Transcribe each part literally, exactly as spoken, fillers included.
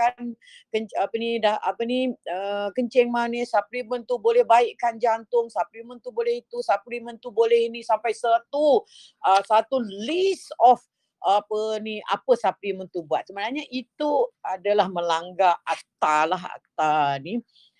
makan kenc apa ni, dah apa ni, uh, kencing manis, suplemen tu boleh baikkan jantung, suplemen tu boleh itu, suplemen tu boleh ini, sampai satu uh, satu list of apa ni, apa suplemen tu buat. Sebenarnya itu adalah melanggar akta lah, akta ni,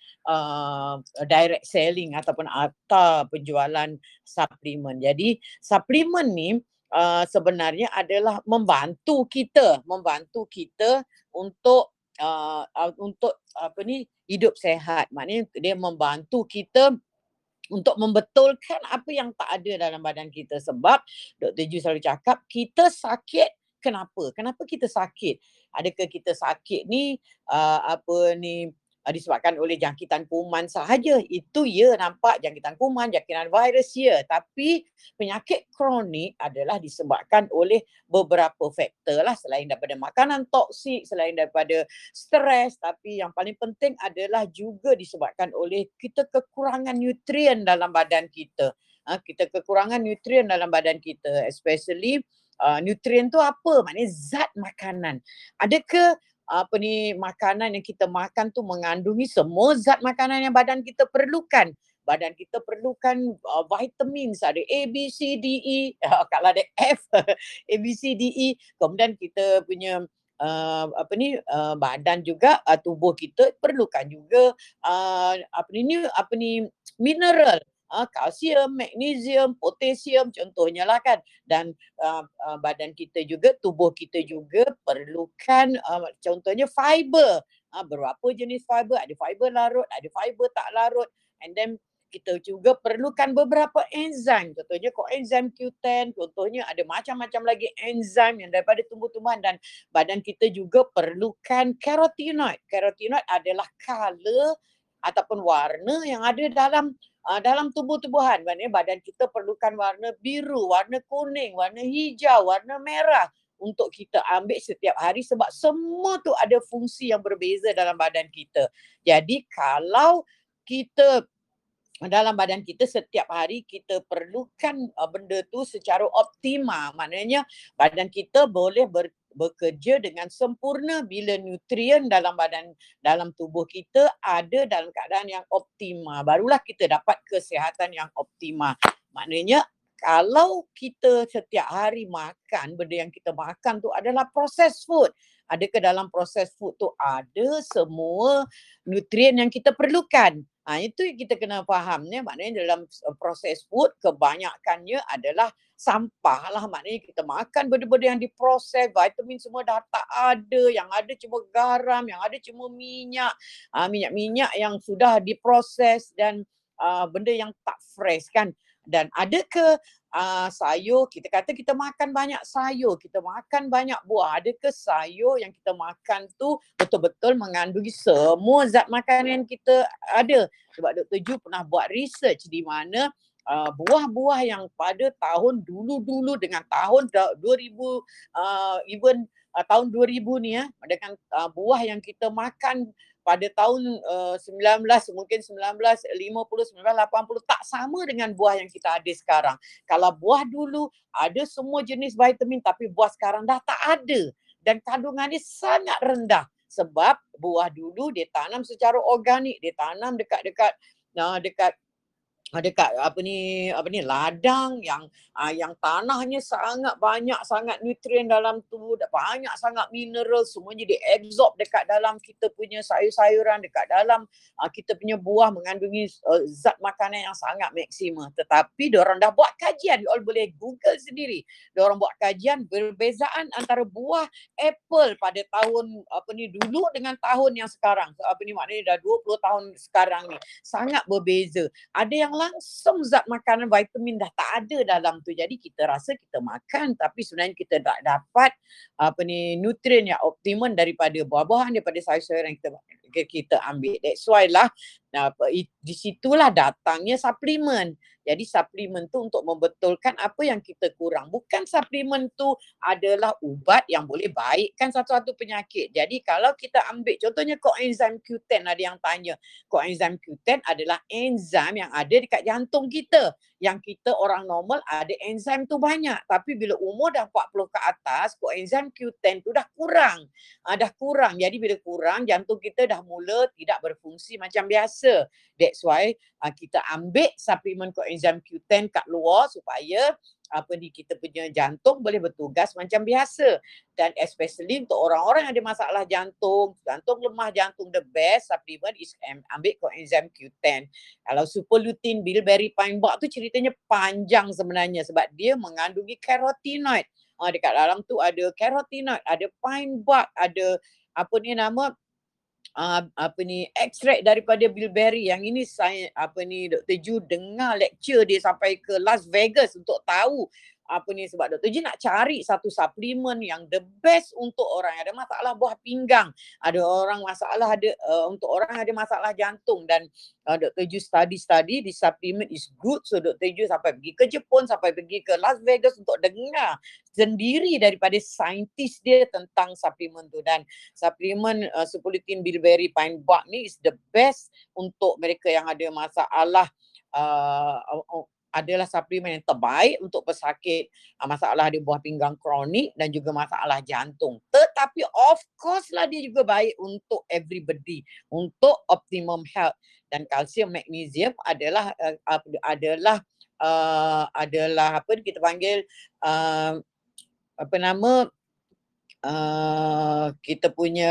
uh, direct selling ataupun akta penjualan suplemen. Jadi suplemen ni uh, sebenarnya adalah membantu kita, membantu kita untuk uh, uh, untuk apa ni, hidup sehat. Maknanya dia membantu kita untuk membetulkan apa yang tak ada dalam badan kita. Sebab Doktor Ju selalu cakap, kita sakit kenapa? Kenapa kita sakit? Adakah kita sakit ni uh, apa ni uh, disebabkan oleh jangkitan kuman sahaja? Itu ya, nampak jangkitan kuman, jangkitan virus ya. Tapi penyakit kronik adalah disebabkan oleh beberapa faktor lah, selain daripada makanan toksik, selain daripada stres, tapi yang paling penting adalah juga disebabkan oleh kita kekurangan nutrien dalam badan kita. Ha, kita kekurangan nutrien dalam badan kita, especially uh, nutrien tu apa? Maknanya zat makanan. Adakah apa ni, makanan yang kita makan tu mengandungi semua zat makanan yang badan kita perlukan? Badan kita perlukan uh, vitamin, ada A, B, C, D, E. Kalau ada F, A, B, C, D, E. Kemudian kita punya uh, apa ni, uh, badan juga, uh, tubuh kita perlukan juga uh, apa ni, apa ni, mineral. Uh, kalsium, magnesium, potasium contohnya lah kan. Dan uh, uh, badan kita juga, tubuh kita juga perlukan uh, contohnya fiber. Uh, berapa jenis fiber? Ada fiber larut, ada fiber tak larut. And then kita juga perlukan beberapa enzim. Contohnya coenzim Q ten, contohnya ada macam-macam lagi enzim yang daripada tumbuh-tumbuhan. Dan badan kita juga perlukan carotenoid. Carotenoid adalah color ataupun warna yang ada dalam uh, dalam tumbuh-tumbuhan. Maknanya badan kita perlukan warna biru, warna kuning, warna hijau, warna merah untuk kita ambil setiap hari, sebab semua tu ada fungsi yang berbeza dalam badan kita. Jadi kalau kita dalam badan kita setiap hari kita perlukan uh, benda tu secara optimal. Maknanya badan kita boleh ber, bekerja dengan sempurna bila nutrien dalam badan, dalam tubuh kita ada dalam keadaan yang optimal. Barulah kita dapat kesihatan yang optimal. Maknanya kalau kita setiap hari makan, benda yang kita makan tu adalah processed food. Adakah dalam processed food tu ada semua nutrien yang kita perlukan? Ha, itu yang kita kena fahamnya. Maknanya dalam processed food kebanyakannya adalah sampah lah. Maknanya kita makan benda-benda yang diproses, vitamin semua dah tak ada. Yang ada cuma garam, yang ada cuma minyak. Ha, minyak-minyak yang sudah diproses dan uh, benda yang tak fresh kan. Dan adakah uh, sayur, kita kata kita makan banyak sayur, kita makan banyak buah. Adakah sayur yang kita makan tu betul-betul mengandungi semua zat makanan yang kita ada? Sebab Doktor Ju pernah buat research di mana uh, buah-buah yang pada tahun dulu-dulu dengan tahun dua ribu, uh, even uh, tahun dua ribu ni ya, dengan uh, buah yang kita makan pada tahun uh, sembilan belas, mungkin sembilan belas lima puluh, sembilan belas lapan puluh tak sama dengan buah yang kita ada sekarang. Kalau buah dulu ada semua jenis vitamin, tapi buah sekarang dah tak ada. Dan kandungannya sangat rendah. Sebab buah dulu dia tanam secara organik, dia tanam dekat-dekat uh, dekat dekat apa ni apa ni ladang yang uh, yang tanahnya sangat banyak sangat nutrien dalam tu, banyak sangat mineral, semuanya diabsorb dekat dalam kita punya sayur-sayuran, dekat dalam uh, kita punya buah mengandungi uh, zat makanan yang sangat maksima. Tetapi diorang dah buat kajian, you all boleh Google sendiri. Diorang buat kajian perbezaan antara buah apple pada tahun apa ni dulu dengan tahun yang sekarang. So, apa ni maknanya dah dua puluh tahun sekarang ni sangat berbeza. Ada yang langsung zat makanan vitamin dah tak ada dalam tu. Jadi kita rasa kita makan tapi sebenarnya kita tak dapat apa ni nutrien yang optimum daripada buah-buahan, daripada sayur-sayuran yang kita kita ambil. That's why lah apa, di situlah datangnya suplemen. Jadi suplemen tu untuk membetulkan apa yang kita kurang. Bukan suplemen tu adalah ubat yang boleh baikkan satu-satu penyakit. Jadi kalau kita ambil contohnya coenzim Q ten, ada yang tanya. Coenzim Q ten adalah enzim yang ada dekat jantung kita. yang kita orang normal ada enzim tu banyak. Tapi bila umur dah empat puluh ke atas, coenzim Q ten tu dah kurang. Uh, dah kurang. Jadi bila kurang, jantung kita dah mula tidak berfungsi macam biasa. That's why uh, kita ambil suplemen coenzim Q ten kat luar supaya apa ni kita punya jantung boleh bertugas macam biasa. Dan especially untuk orang-orang yang ada masalah jantung, jantung lemah jantung, the best supplement is ambil coenzim Q ten. Kalau super lutein bilberry pine bark tu ceritanya panjang sebenarnya sebab dia mengandungi carotenoid. Uh, dekat dalam tu ada carotenoid, ada pine bark, ada apa ni nama uh, apa ni ekstrak daripada bilberry. Yang ini saya apa ni Doktor Ju dengar lecture dia sampai ke Las Vegas untuk tahu apa ni sebab Doktor Ju nak cari satu suplemen yang the best untuk orang yang ada masalah buah pinggang, ada orang masalah ada uh, untuk orang yang ada masalah jantung. Dan uh, Doktor Ju study-study di suplemen is good. So Doktor Ju sampai pergi ke Jepun, sampai pergi ke Las Vegas untuk dengar sendiri daripada saintis dia tentang suplemen tu. Dan suplemen uh, Superlutein Bilberry Pine Bark ni is the best untuk mereka yang ada masalah uh, uh, adalah suplemen yang terbaik untuk pesakit uh, masalah di buah pinggang kronik dan juga masalah jantung. Tetapi of course lah dia juga baik untuk everybody, untuk optimum health. Dan kalsium magnesium adalah uh, adalah uh, adalah apa kita panggil uh, apa nama uh, kita punya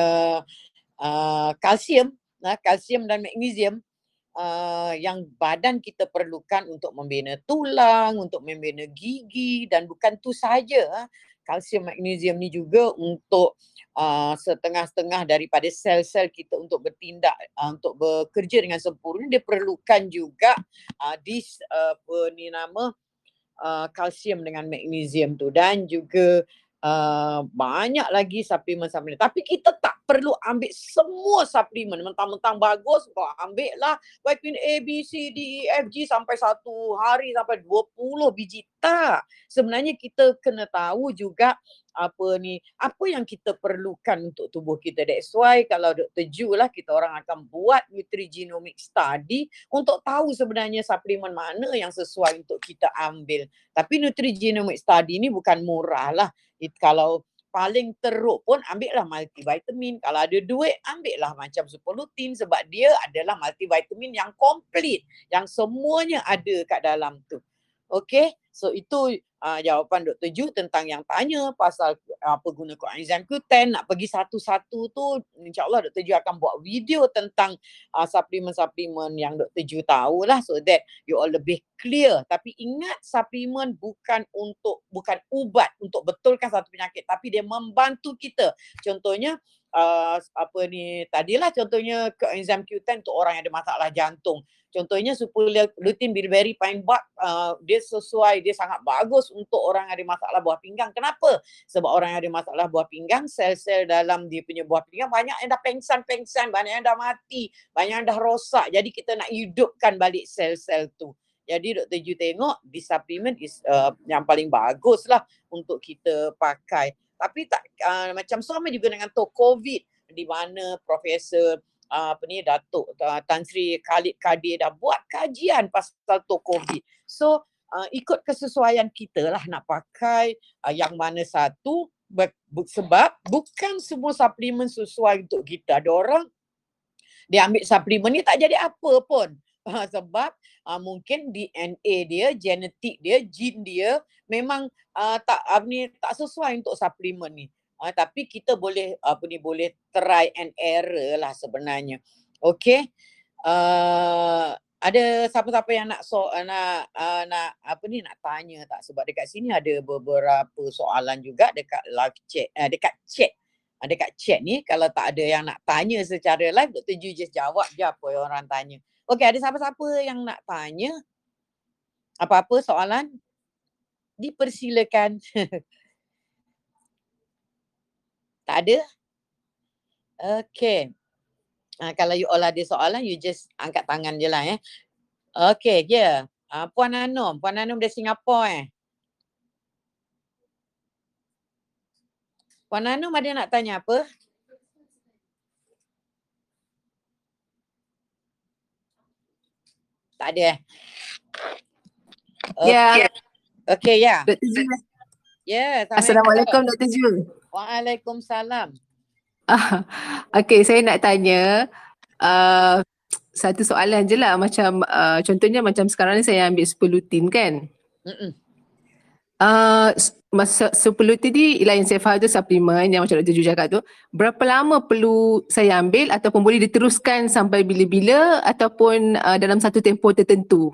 uh, kalsium, uh, kalsium dan magnesium Uh, yang badan kita perlukan untuk membina tulang, untuk membina gigi. Dan bukan tu saja, kalsium magnesium ni juga untuk uh, setengah-setengah daripada sel-sel kita untuk bertindak, uh, untuk bekerja dengan sempurna. Dia perlukan juga uh, dis, uh, apa ni nama uh, kalsium dengan magnesium tu. Dan juga Uh, banyak lagi suplemen-suplemen. Tapi kita tak perlu ambil semua suplemen. Mentang-mentang bagus, kau ambil lah vitamin A, B, C, D, E, F, G sampai satu hari sampai dua puluh biji. Tak. Sebenarnya kita kena tahu juga apa ni, apa yang kita perlukan untuk tubuh kita. That's why kalau Doktor Ju lah, kita orang akan buat nutrigenomic study untuk tahu sebenarnya suplemen mana yang sesuai untuk kita ambil. Tapi nutrigenomic study ni bukan murah lah. It, kalau paling teruk pun ambil lah multivitamin. Kalau ada duit ambil lah macam Superlutein sebab dia adalah multivitamin yang komplit, yang semuanya ada kat dalam tu. Okay, so itu uh, jawapan Doktor Ju tentang yang tanya pasal apa guna coenzim Q ten. Nak pergi satu-satu tu, insyaAllah Doktor Ju akan buat video tentang uh, suplemen-suplemen yang Doktor Ju tahu lah, so that you all lebih clear. Tapi ingat, suplemen bukan untuk, bukan ubat untuk betulkan satu penyakit, tapi dia membantu kita. Contohnya uh, apa ni tadilah, contohnya coenzim Q ten untuk orang yang ada masalah jantung. Contohnya Superlutein Bilberry Pine Bark, uh, dia sesuai, dia sangat bagus untuk orang yang ada masalah buah pinggang. Kenapa? Sebab orang yang ada masalah buah pinggang, sel-sel dalam dia punya buah pinggang banyak yang dah pengsan-pengsan, banyak yang dah mati, banyak yang dah rosak. Jadi kita nak hidupkan balik sel-sel tu. Jadi Doktor Ju tengok di suplemen is uh, yang paling bagus lah untuk kita pakai. Tapi tak uh, macam sama juga dengan tok COVID, di mana Profesor Uh, apa ni Datuk uh, Tan Sri Khalid Kadir dah buat kajian pasal tok COVID. So uh, ikut kesesuaian kita lah nak pakai uh, yang mana satu, sebab bukan semua suplemen sesuai untuk kita. Ada orang dia ambil suplemen ni tak jadi apa pun. Uh, sebab uh, mungkin D N A dia, genetik dia, gene dia memang uh, tak uh, ni tak sesuai untuk suplemen ni. Uh, tapi kita boleh apa ni boleh try and error lah sebenarnya. Okay. Uh, ada siapa-siapa yang nak so uh, nak uh, nak apa ni nak tanya tak? Sebab dekat sini ada beberapa soalan juga dekat live chat, uh, dekat chat. Uh, dekat chat ni kalau tak ada yang nak tanya secara live, Doktor Ju just jawab je apa yang orang tanya. Okay, ada siapa-siapa yang nak tanya apa-apa soalan? Dipersilakan. Tak ada? Okay. Uh, kalau you all ada soalan, you just angkat tangan je lah eh. Okay, je. Yeah. Uh, Puan Anum. Puan Anum dari Singapura eh. Puan Anum ada nak tanya apa? Tak ada eh? Ya. Okey. Okey, ya. Doktor Ju. Ya, Assalamualaikum Doktor Ju. Waalaikumsalam. Ah, Okey, saya nak tanya uh, satu soalan je lah, macam uh, contohnya macam sekarang ni saya ambil Superlutin kan. Mm-mm. Uh, masa Superlutin ni, ialah yang saya faham tu suplemen yang macam Doktor Ju cakap tu, berapa lama perlu saya ambil ataupun boleh diteruskan sampai bila-bila ataupun uh, dalam satu tempoh tertentu?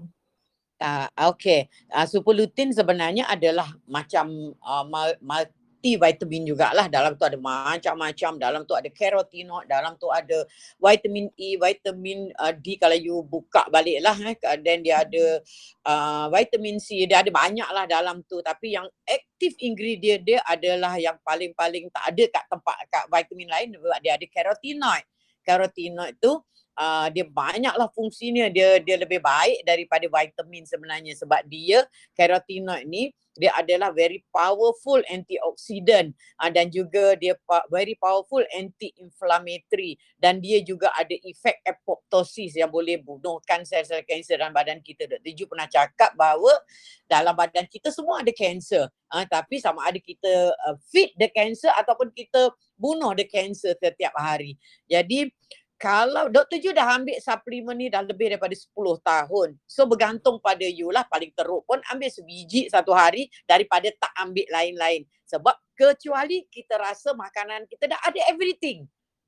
Uh, Okey, uh, Superlutin sebenarnya adalah macam uh, multivitamin jugalah. Dalam tu ada macam-macam. Dalam tu ada carotenoid, dalam tu ada vitamin E, vitamin uh, D kalau you buka balik lah. Eh. Dan dia ada uh, vitamin C, dia ada banyak lah dalam tu. Tapi yang active ingredient dia adalah yang paling-paling tak ada kat tempat, kat vitamin lain. Dia ada carotenoid. Carotenoid tu Uh, dia banyaklah fungsinya, dia dia lebih baik daripada vitamin sebenarnya, sebab dia carotenoid ni dia adalah very powerful antioxidant uh, dan juga dia pa- very powerful anti-inflammatory, dan dia juga ada efek apoptosis yang boleh bunuhkan sel-sel kanser dalam badan kita. Doktor Ju pernah cakap bahawa dalam badan kita semua ada kanser, uh, tapi sama ada kita uh, feed the cancer ataupun kita bunuh the cancer setiap hari. Jadi kalau Doktor Ju dah ambil suplemen ni dah lebih daripada sepuluh tahun. So bergantung pada you lah, paling teruk pun ambil sebiji satu hari daripada tak ambil lain-lain. Sebab kecuali kita rasa makanan kita dah ada everything.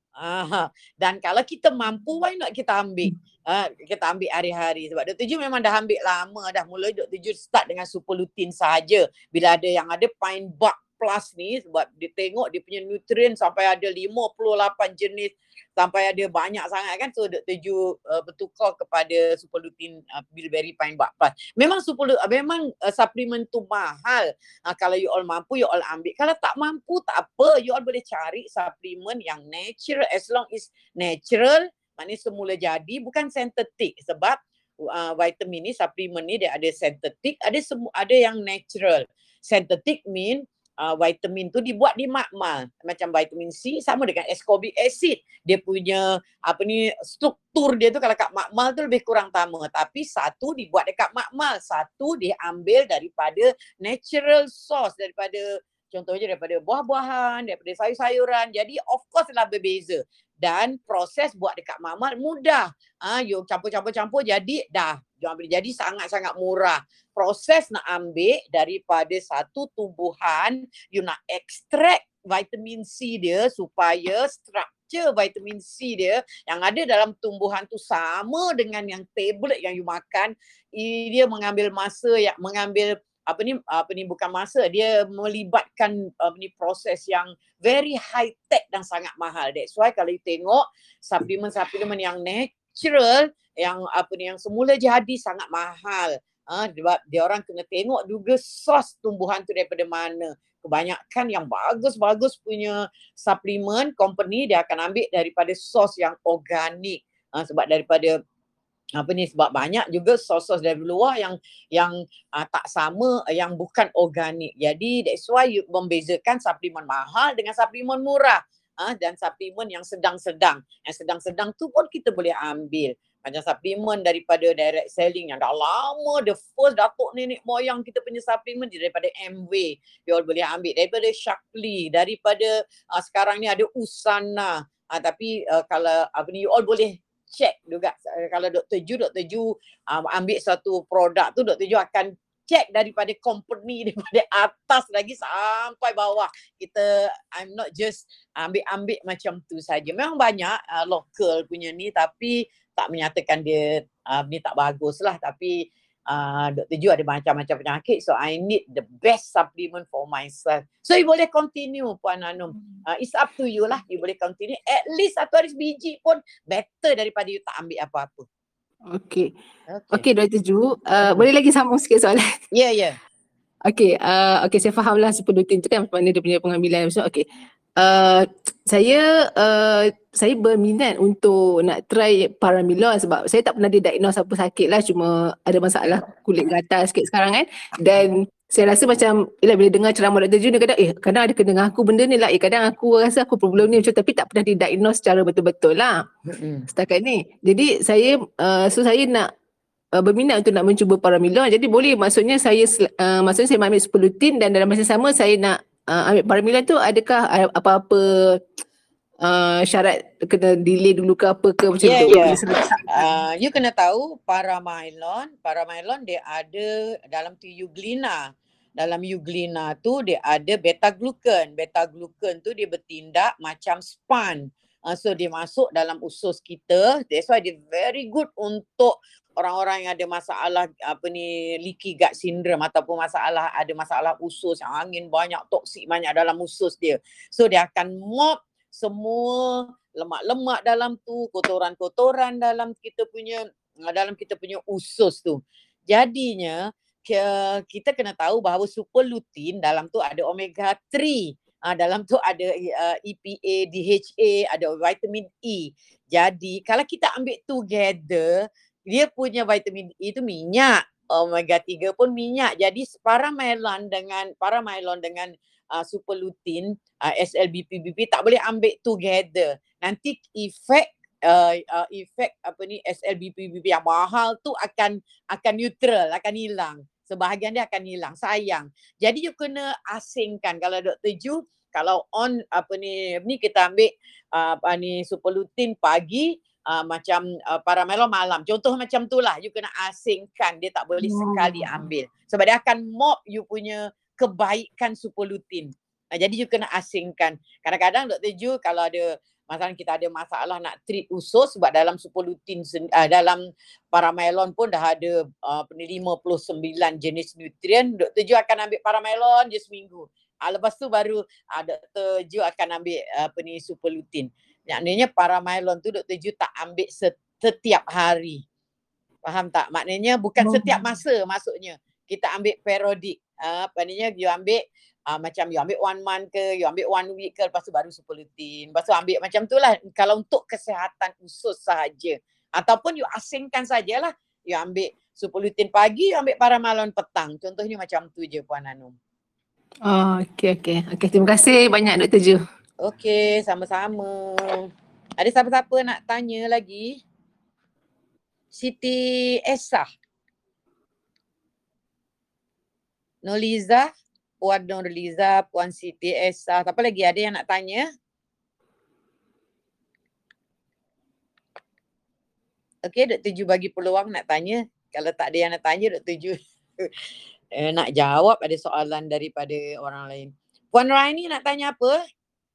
Ah, dan kalau kita mampu, why not kita ambil? Ah, kita ambil hari-hari. Sebab Doktor Ju memang dah ambil lama dah. Mula Doktor Ju start dengan Superlutin sahaja. Bila ada yang ada Pine Bark Plus ni, sebab dia tengok dia punya nutrien sampai ada lima puluh lapan jenis, sampai ada banyak sangat kan. So Doktor Ju uh, bertukar kepada Superlutin uh, Bilberry Pine Bark Plus. Memang super, uh, memang uh, suplemen tu mahal. Uh, kalau you all mampu, you all ambil. Kalau tak mampu, tak apa. You all boleh cari suplemen yang natural. As long as natural, maknanya semula jadi, bukan sintetik. Sebab uh, vitamin ni, suplemen ni dia ada sintetik, ada semu, ada yang natural. Sintetik mean Uh, vitamin tu dibuat di makmal. Macam vitamin C sama dengan ascorbic acid. Dia punya apa ni struktur dia tu kalau kat makmal tu lebih kurang sama. Tapi satu dibuat dekat makmal, satu diambil daripada natural source, daripada contohnya daripada buah-buahan, daripada sayur-sayuran. Jadi of course lah berbeza. Dan proses buat dekat makmal mudah. Ah, ha, you campur-campur-campur jadi dah. Jual beli jadi sangat-sangat murah. Proses nak ambil daripada satu tumbuhan, you nak extract vitamin C dia supaya struktur vitamin C dia yang ada dalam tumbuhan tu sama dengan yang tablet yang you makan. Dia mengambil masa, yang mengambil apa ni apa ni bukan masa, dia melibatkan apa ni proses yang very high tech dan sangat mahal. That's why kalau you tengok suplemen-suplemen yang natural, yang apa ni yang semula jadi sangat mahal. Ah, ha, sebab dia orang kena tengok juga sos tumbuhan tu daripada mana. Kebanyakan yang bagus-bagus punya suplemen company dia akan ambil daripada sos yang organik. Ha, sebab daripada apa ni sebab banyak juga sos-sos dari luar yang yang uh, tak sama, yang bukan organik. Jadi that's why you membezakan suplemen mahal dengan suplemen murah. Uh, dan suplemen yang sedang-sedang. Yang sedang-sedang tu pun kita boleh ambil. Macam suplemen daripada direct selling yang dah lama, the first datuk nenek moyang kita punya suplemen daripada M W. You all boleh ambil daripada Shaklee, daripada uh, sekarang ni ada Usana. Uh, tapi uh, kalau apa ni you all boleh check juga. Uh, kalau Doktor Ju, Doktor Ju uh, ambil satu produk tu, Doktor Ju akan check daripada company, daripada atas lagi sampai bawah. Kita, I'm not just ambil-ambil macam tu saja. Memang banyak uh, local punya ni, tapi tak menyatakan dia uh, ni tak bagus lah. Tapi uh, Doktor Ju ada macam-macam penyakit, so I need the best supplement for myself. So you boleh continue Puan Anum. Uh, it's up to you lah. You boleh continue. At least satu hari sebiji pun better daripada you tak ambil apa-apa. Okey. Okey, okay, Doktor Ju, uh, hmm. boleh lagi sambung sikit soalan? Ya, yeah, ya. Yeah. Okey, uh, okey saya fahamlah Superlutin tu kan macam mana dia punya pengambilan. So, okey. Uh, saya uh, saya berminat untuk nak try Paramilon sebab saya tak pernah didiagnose apa sakit lah, cuma ada masalah kulit gatal sikit sekarang kan. Dan saya rasa macam yelah, bila dengar ceramah Doktor Ju ni kadang eh kadang ada kena dengan aku benda ni lah, eh kadang aku rasa aku problem ni macam, tapi tak pernah didiagnose secara betul-betul lah setakat ni. Jadi saya uh, so saya nak uh, berminat untuk nak mencuba Paramilon. Jadi boleh, maksudnya saya uh, maksudnya saya ambil Superlutin dan dalam masa sama saya nak uh, ambil Paramilon tu, adakah uh, apa-apa uh, syarat kena delay dulu ke apa ke macam Ya, tu? ya. Bila selesai. Uh, you kena tahu Paramilon, Paramilon dia ada dalam tu euglena. Dalam euglena tu dia ada beta glucan. Beta glucan tu dia bertindak macam span. Uh, so dia masuk dalam usus kita. That's why dia very good untuk orang-orang yang ada masalah apa ni leaky gut syndrome ataupun masalah ada masalah usus, angin banyak, toksik banyak dalam usus dia. So dia akan mop semua lemak-lemak dalam tu, kotoran-kotoran dalam kita punya dalam kita punya usus tu. Jadinya kita kena tahu bahawa Superlutin dalam tu ada omega tiga. Uh, dalam tu ada uh, E P A, D H A, ada vitamin E. Jadi kalau kita ambil together, dia punya vitamin E itu minyak, omega tiga pun minyak. Jadi Paramilon dengan Paramilon dengan uh, Superlutin, uh, S L B P B P tak boleh ambil together. Nanti efek uh, uh, efek apa ni S L B P B P yang mahal tu akan akan neutral, akan hilang. Sebahagian dia akan hilang, sayang. Jadi you kena asingkan. Kalau Doktor Ju, kalau on apa ni ni kita ambil uh, apa ni Superlutin pagi, uh, macam uh, Paramilon malam. Contoh macam tu lah, you kena asingkan. Dia tak boleh sekali ambil. Sebab dia akan mop you punya kebaikan Superlutin. Uh, jadi you kena asingkan. Kadang-kadang Doktor Ju kalau ada masalah, kita ada masalah nak treat usus, sebab dalam Superlutin uh, dalam Paramilon pun dah ada uh, lima puluh sembilan jenis nutrien. Doktor Ju akan ambil Paramilon je seminggu. Uh, lepas tu baru uh, Doktor Ju akan ambil uh, apa ni Superlutin. Maknanya Paramilon tu Doktor Ju tak ambil setiap hari. Faham tak? Maknanya bukan setiap masa maksudnya. Kita ambil periodik. Uh, maknanya you ambil Uh, macam you ambil one month ke, you ambil one week ke, lepas tu baru Superlutin. Lepas tu ambil macam tu lah. Kalau untuk kesihatan usus sahaja. Ataupun you asingkan sajalah. You ambil Superlutin pagi, you ambil Paramilon petang. Contohnya macam tu je Puan Anum. Oh, okey, okey. Okey, terima kasih banyak Doktor Ju. Okey, sama-sama. Ada siapa-siapa nak tanya lagi? Siti Esah. Noliza. Puan Nurliza, Puan Siti Esah. Siapa lagi ada yang nak tanya? Okey, Doktor Ju bagi peluang nak tanya. Kalau tak ada yang nak tanya, Doktor Ju eh, nak jawab ada soalan daripada orang lain. Puan Raini nak tanya apa?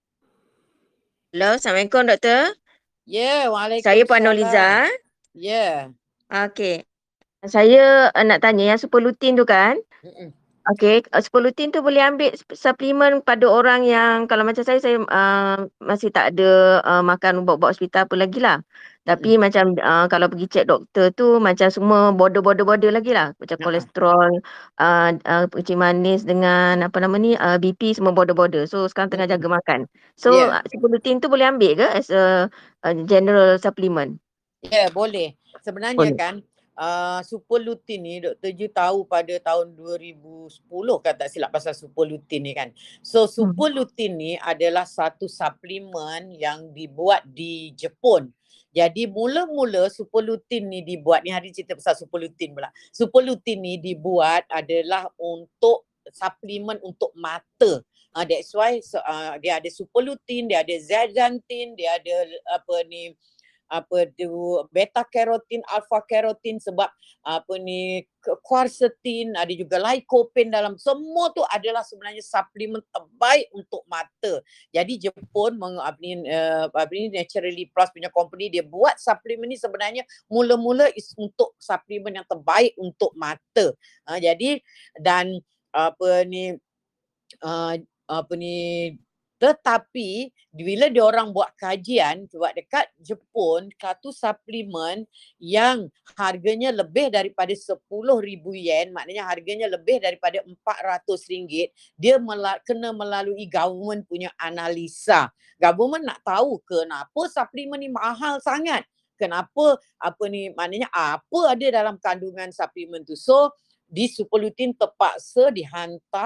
Hello, Assalamualaikum Doktor. Ya, yeah, waalaikumsalam. Saya Puan Noliza. Ya. Yeah. Okey. Saya uh, nak tanya yang Superlutin tu kan? Mm-mm. Okey, uh, Superlutin tu boleh ambil suplemen pada orang yang kalau macam saya, saya uh, masih tak ada uh, makan ubat-ubat hospital apa lagi lah. Tapi mm-hmm. macam uh, kalau pergi cek doktor tu macam semua border-border-border lagi lah. Macam uh-huh. kolesterol, uh, uh, kencing manis dengan apa nama ni, uh, B P semua border-border. So sekarang tengah mm-hmm. jaga makan. So yeah. uh, Superlutin tu boleh ambil ke as a, a general supplement? Ya, yeah, boleh. Sebenarnya boleh. Kan Uh, Superlutin ni Doktor Ju tahu pada tahun dua ribu sepuluh kan tak silap pasal Superlutin ni kan. So Superlutin ni adalah satu suplemen yang dibuat di Jepun. Jadi mula-mula Superlutin ni dibuat, ni hari cerita pasal Superlutin pula. Superlutin ni dibuat adalah untuk suplemen untuk mata. Uh, that's why so, uh, dia ada Superlutin, dia ada zeaxanthin, dia ada apa ni apa tu beta carotene, alpha carotene, sebab apa ni quercetin, ada juga lycopene dalam. Semua tu adalah sebenarnya suplemen terbaik untuk mata. Jadi Jepun meng, apa ni uh, apa ni Naturally Plus punya company, dia buat suplemen ni sebenarnya mula-mula is untuk suplemen yang terbaik untuk mata. Uh, jadi dan apa ni uh, apa ni tetapi bila dia orang buat kajian sebab dekat Jepun, satu suplemen yang harganya lebih daripada sepuluh ribu yen, maknanya harganya lebih daripada empat ratus ringgit, dia mela- kena melalui government punya analisa. Government nak tahu kenapa suplemen ni mahal sangat. Kenapa apa ni, maknanya apa ada dalam kandungan suplemen tu. So di Superlutin terpaksa dihantar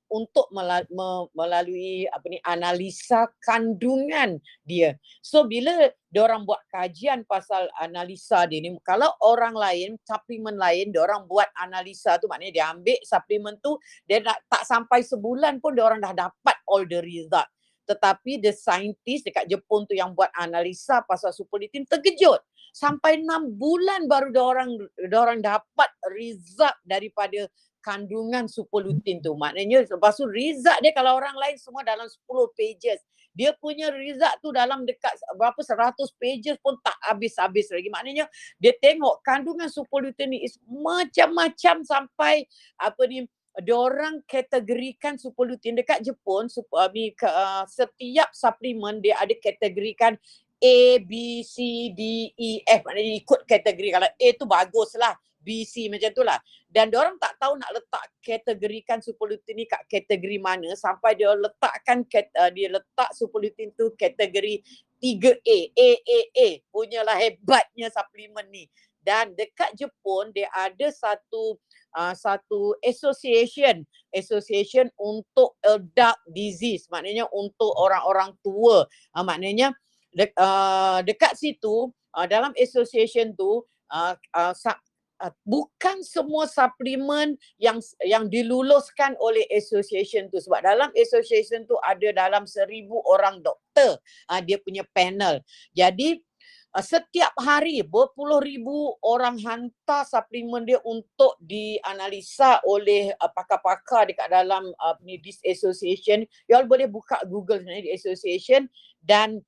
untuk mela- me- melalui apa ni analisa kandungan dia. So bila diorang buat kajian pasal analisa dia ni, kalau orang lain, suplemen lain, diorang buat analisa tu maknanya dia ambil suplemen tu, dia nak, tak sampai sebulan pun diorang dah dapat all the result. Tetapi the scientist dekat Jepun tu yang buat analisa pasal superlutein terkejut. Sampai enam bulan baru diorang diorang dapat result daripada kandungan superlutein tu. Maknanya lepas tu result dia kalau orang lain semua dalam sepuluh pages. Dia punya result tu dalam dekat berapa seratus pages pun tak habis-habis lagi. Maknanya dia tengok kandungan superlutein ni is macam-macam sampai apa ni diorang kategorikan superlutein dekat Jepun sup, uh, uh, setiap suplemen dia ada kategorikan A, B, C, D, E, F. Maknanya ikut kategori. Kalau A tu bagus lah. B, C macam tu lah. Dan diorang tak tahu nak letak kategorikan superlutein ni kat kategori mana sampai dia letakkan, uh, dia letak superlutein tu kategori tiga A. A, A, A. Punyalah hebatnya suplemen ni. Dan dekat Jepun dia ada satu uh, satu association. Association untuk adult disease. Maknanya untuk orang-orang tua. Uh, maknanya de- uh, dekat situ uh, dalam association tu uh, uh, Uh, bukan semua suplemen yang yang diluluskan oleh association tu, sebab dalam association tu ada dalam seribu orang doktor, uh, dia punya panel. Jadi uh, setiap hari berpuluh ribu orang hantar suplemen dia untuk dianalisa oleh uh, pakar-pakar dekat dalam uh, ni this association. You all boleh buka Google ni, association, dan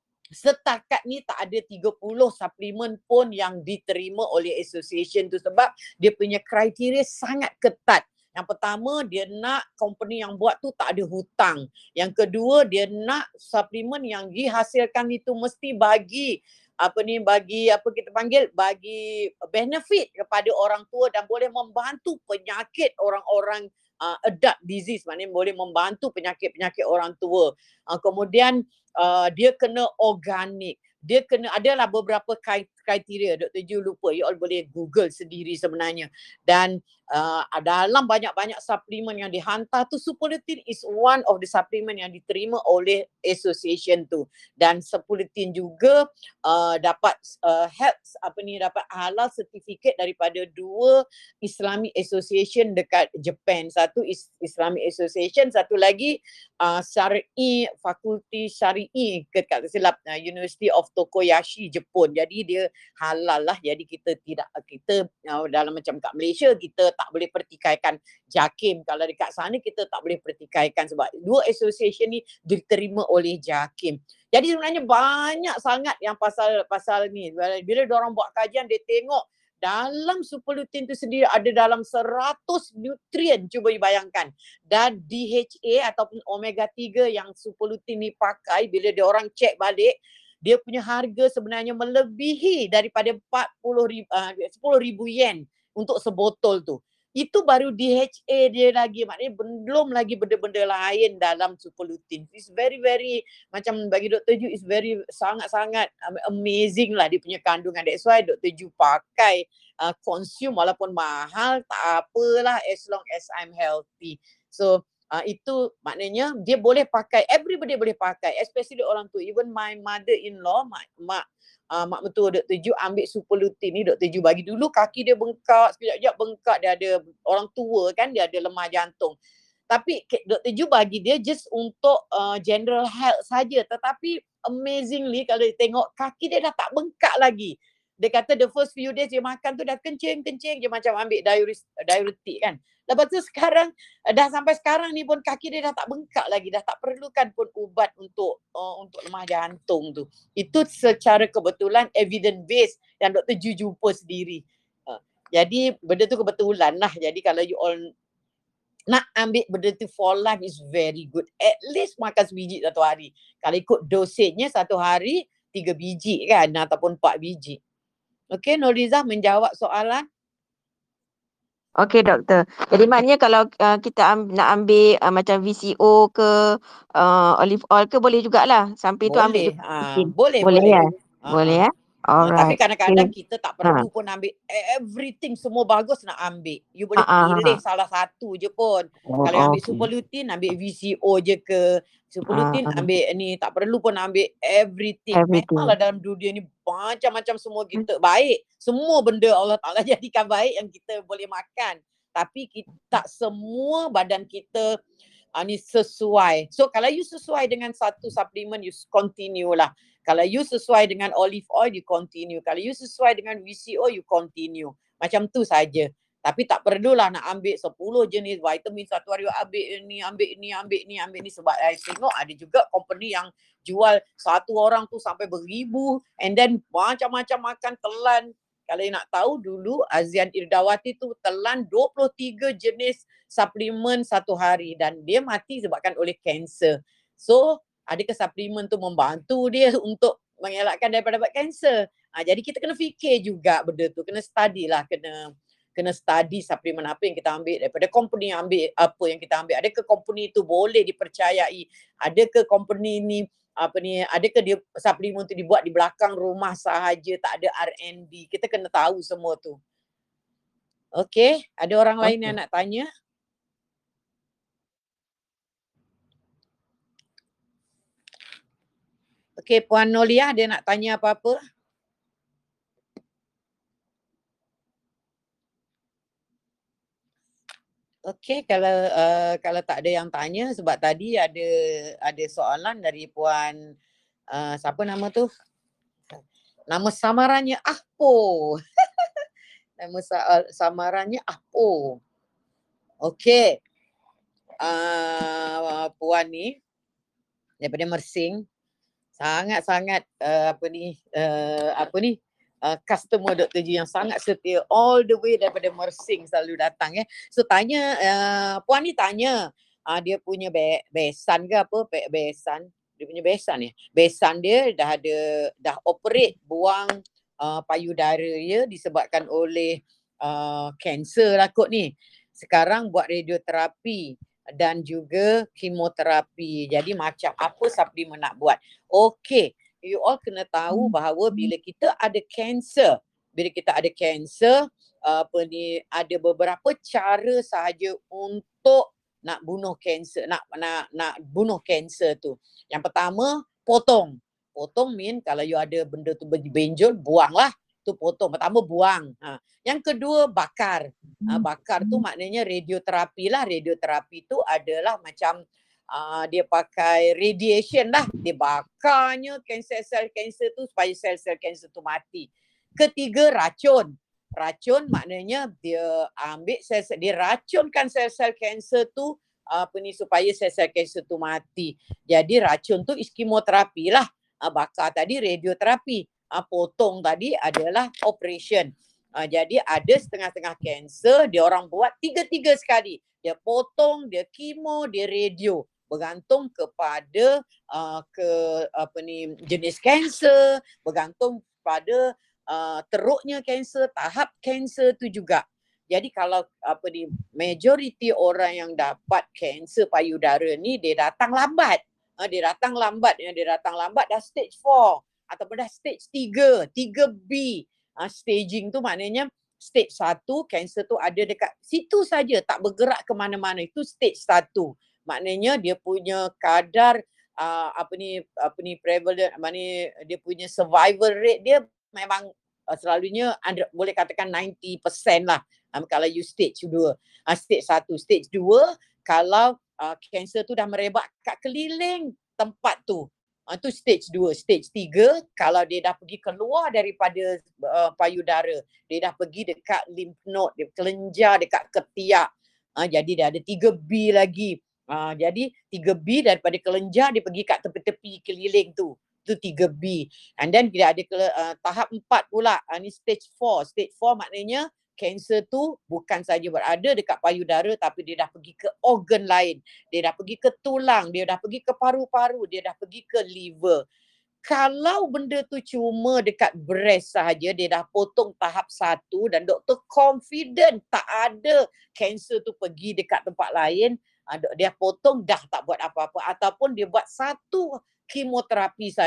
setakat ni tak ada tiga puluh suplemen pun yang diterima oleh association tu sebab dia punya kriteria sangat ketat. Yang pertama, dia nak company yang buat tu tak ada hutang. Yang kedua, dia nak suplemen yang dihasilkan itu mesti bagi apa ni bagi apa kita panggil bagi benefit kepada orang tua dan boleh membantu penyakit orang-orang uh, adult disease, maknanya boleh membantu penyakit-penyakit orang tua. Uh, kemudian Uh, dia kena organik. Dia kena, adalah beberapa kriteria. Doktor Ju lupa, you all boleh Google sendiri sebenarnya. Dan uh, dalam banyak-banyak suplemen yang dihantar tu, superlutein is one of the supplement yang diterima oleh association tu. Dan superlutein juga uh, dapat uh, health, apa ni, dapat halal certificate daripada dua Islamic association dekat Japan. Satu is Islamic association, satu lagi uh, Syar'i, fakulti Syar'i ke tak silap uh, University of Tokoyashi Jepun. Jadi dia halal lah. Jadi kita tidak kita uh, dalam macam kat Malaysia kita tak boleh pertikaikan JAKIM. Kalau dekat sana kita tak boleh pertikaikan sebab dua association ni diterima oleh JAKIM. Jadi sebenarnya banyak sangat yang pasal pasal ni. Bila, bila diorang buat kajian dia tengok dalam superlutein tu sendiri ada dalam seratus nutrien, cuba dibayangkan. Dan D H A ataupun omega tiga yang superlutein ni pakai, bila dia orang cek balik, dia punya harga sebenarnya melebihi daripada empat puluh ribu, uh, sepuluh ribu yen untuk sebotol tu. Itu baru D H A dia lagi, maknanya belum lagi benda-benda lain dalam superlutein. It's very very, macam bagi Doktor Ju, it's very sangat-sangat amazing lah dia punya kandungan. That's why Doktor Ju pakai, uh, consume walaupun mahal, tak apalah as long as I'm healthy. So uh, itu maknanya dia boleh pakai, everybody boleh pakai, especially orang tua. Even my mother-in-law, mak, mak Uh, mak mentua Doktor Ju ambil superlutein ni, Doktor Ju bagi dulu kaki dia bengkak, sekejap-sekejap bengkak, dia ada orang tua kan, dia ada lemah jantung. Tapi Doktor Ju bagi dia just untuk uh, general health saja, tetapi amazingly kalau dia tengok kaki dia dah tak bengkak lagi. Dia kata the first few days dia makan tu dah kencing-kencing je macam ambil diuretik kan. Lepas tu sekarang, dah sampai sekarang ni pun kaki dia dah tak bengkak lagi, dah tak perlukan pun ubat untuk uh, untuk lemah jantung tu. Itu secara kebetulan evidence based yang Doktor Ju jumpa sendiri. Uh, jadi benda tu kebetulan lah. Jadi kalau you all nak ambil benda tu for life is very good. At least makan sebiji satu hari. Kalau ikut dosage-nya satu hari tiga biji kan ataupun empat biji. Okey, Nuriza menjawab soalan. Okey doktor. Jadi maknanya kalau uh, kita am- nak ambil uh, macam V C O ke uh, olive oil ke boleh jugalah. Sampai tu ambil Boleh. juga. Ha, Okay. boleh, Boleh boleh. ya? Ha, Boleh ha. ya? Uh, tapi Alright. kadang-kadang Okay. kita tak Ha. perlu pun ambil everything semua bagus nak ambil. You boleh Ha, ha, ha, pilih ha. salah satu je pun. Oh, Kalau ambil okay. super lutein, ambil V C O je ke. Super Ah, lutein ah. ambil ni, tak perlu pun ambil everything. Everything. Memanglah dalam dunia ni macam-macam semua kita baik. Semua benda Allah Ta'ala jadikan baik yang kita boleh makan. Tapi kita, tak semua badan kita uh, ni sesuai. So kalau you sesuai dengan satu suplemen, you continue lah. Kalau you sesuai dengan olive oil, you continue. Kalau you sesuai dengan V C O, you continue. Macam tu saja. Tapi tak perlulah nak ambil sepuluh jenis vitamin satu hari, ambil ni, ambil ni, ambil ni, ambil ni. Sebab saya tengok ada juga company yang jual satu orang tu sampai beribu. And then macam-macam makan telan. Kalau you nak tahu dulu, Azian Irdawati tu telan dua puluh tiga jenis suplemen satu hari. Dan dia mati sebabkan oleh kanser. So, adakah suplemen tu membantu dia untuk mengelakkan daripada dapat kanser? Ha, jadi kita kena fikir juga benda tu. Kena study lah. Kena kena study suplemen apa yang kita ambil. Daripada company yang ambil apa yang kita ambil. Adakah company tu boleh dipercayai? Adakah company ni, apa ni, adakah dia suplemen tu dibuat di belakang rumah sahaja, tak ada R and D? Kita kena tahu semua tu. Okey, ada orang lain Okay. yang nak tanya? Okey, Puan Nolia, dia nak tanya apa-apa? Okey, kalau uh, kalau tak ada yang tanya, sebab tadi ada ada soalan dari Puan uh, siapa nama tu? Nama samarannya Ahpo. Nama sa- samarannya Ahpo. Okey. Uh, Puan ni daripada Mersing, sangat-sangat uh, apa ni uh, apa ni uh, customer Doktor G yang sangat setia, all the way daripada Mersing selalu datang ya. So tanya uh, Puan ni tanya uh, dia punya be- besan ke apa, be- besan dia punya besan ya. Besan dia dah ada dah operate buang uh, payudara dia disebabkan oleh uh, kanser lah kot ni. Sekarang buat radioterapi dan juga kemoterapi. Jadi macam apa suplemen nak buat? Okey, you all kena tahu bahawa bila kita ada kanser, bila kita ada kanser, apa ni, ada beberapa cara sahaja untuk nak bunuh kanser, nak nak nak bunuh kanser tu. Yang pertama, potong. Potong mean kalau you ada benda tu benjol, buanglah. Tu potong. Pertama buang. Ha. Yang kedua, bakar. Ha, bakar tu maknanya radioterapi lah. Radioterapi tu adalah macam Uh, dia pakai radiation lah. Dia bakarnya sel-sel kanser tu supaya sel-sel kanser tu mati. Ketiga, racun. Racun maknanya dia ambil sel-sel, dia racunkan sel-sel kanser tu apa ni supaya sel-sel kanser tu mati. Jadi racun tu is kemoterapi lah. Uh, bakar tadi radioterapi. Uh, potong tadi adalah operation. Uh, jadi ada setengah-setengah kanser dia orang buat tiga-tiga sekali. Dia potong, dia kemo, dia radio. Bergantung kepada uh, ke apa ni jenis kanser, bergantung pada uh, teruknya kanser, tahap kanser tu juga. Jadi kalau apa ni majoriti orang yang dapat kanser payudara ni dia datang lambat. Uh, dia datang lambat, yang dia datang lambat dah stage four ataupun dah stage tiga, tiga B. Uh, staging tu maknanya stage satu, kanser tu ada dekat situ saja, tak bergerak ke mana-mana. Itu stage satu. Maknanya dia punya kadar uh, apa ni apa ni prevalent, maknanya dia punya survival rate dia memang uh, selalunya under, boleh katakan sembilan puluh peratus lah um, kalau you stage dua. Uh, stage satu, stage dua kalau kanser uh, tu dah merebak kat keliling tempat tu. Uh, tu stage dua. Stage tiga kalau dia dah pergi keluar daripada uh, payudara, dia dah pergi dekat lymph node, dia kelenjar dekat ketiak. Uh, jadi dia ada tiga B lagi. Uh, jadi tiga B daripada kelenjar dia pergi kat tepi-tepi keliling tu. Itu tiga B. And then dia ada ke, uh, tahap empat pula. Uh, ni stage four. Stage four maknanya kanser tu bukan saja berada dekat payudara tapi dia dah pergi ke organ lain. Dia dah pergi ke tulang, dia dah pergi ke paru-paru, dia dah pergi ke liver. Kalau benda tu cuma dekat breast sahaja, dia dah potong tahap satu dan doktor confident tak ada kanser tu pergi dekat tempat lain, dia potong dah tak buat apa-apa ataupun dia buat satu kemoterapi saja.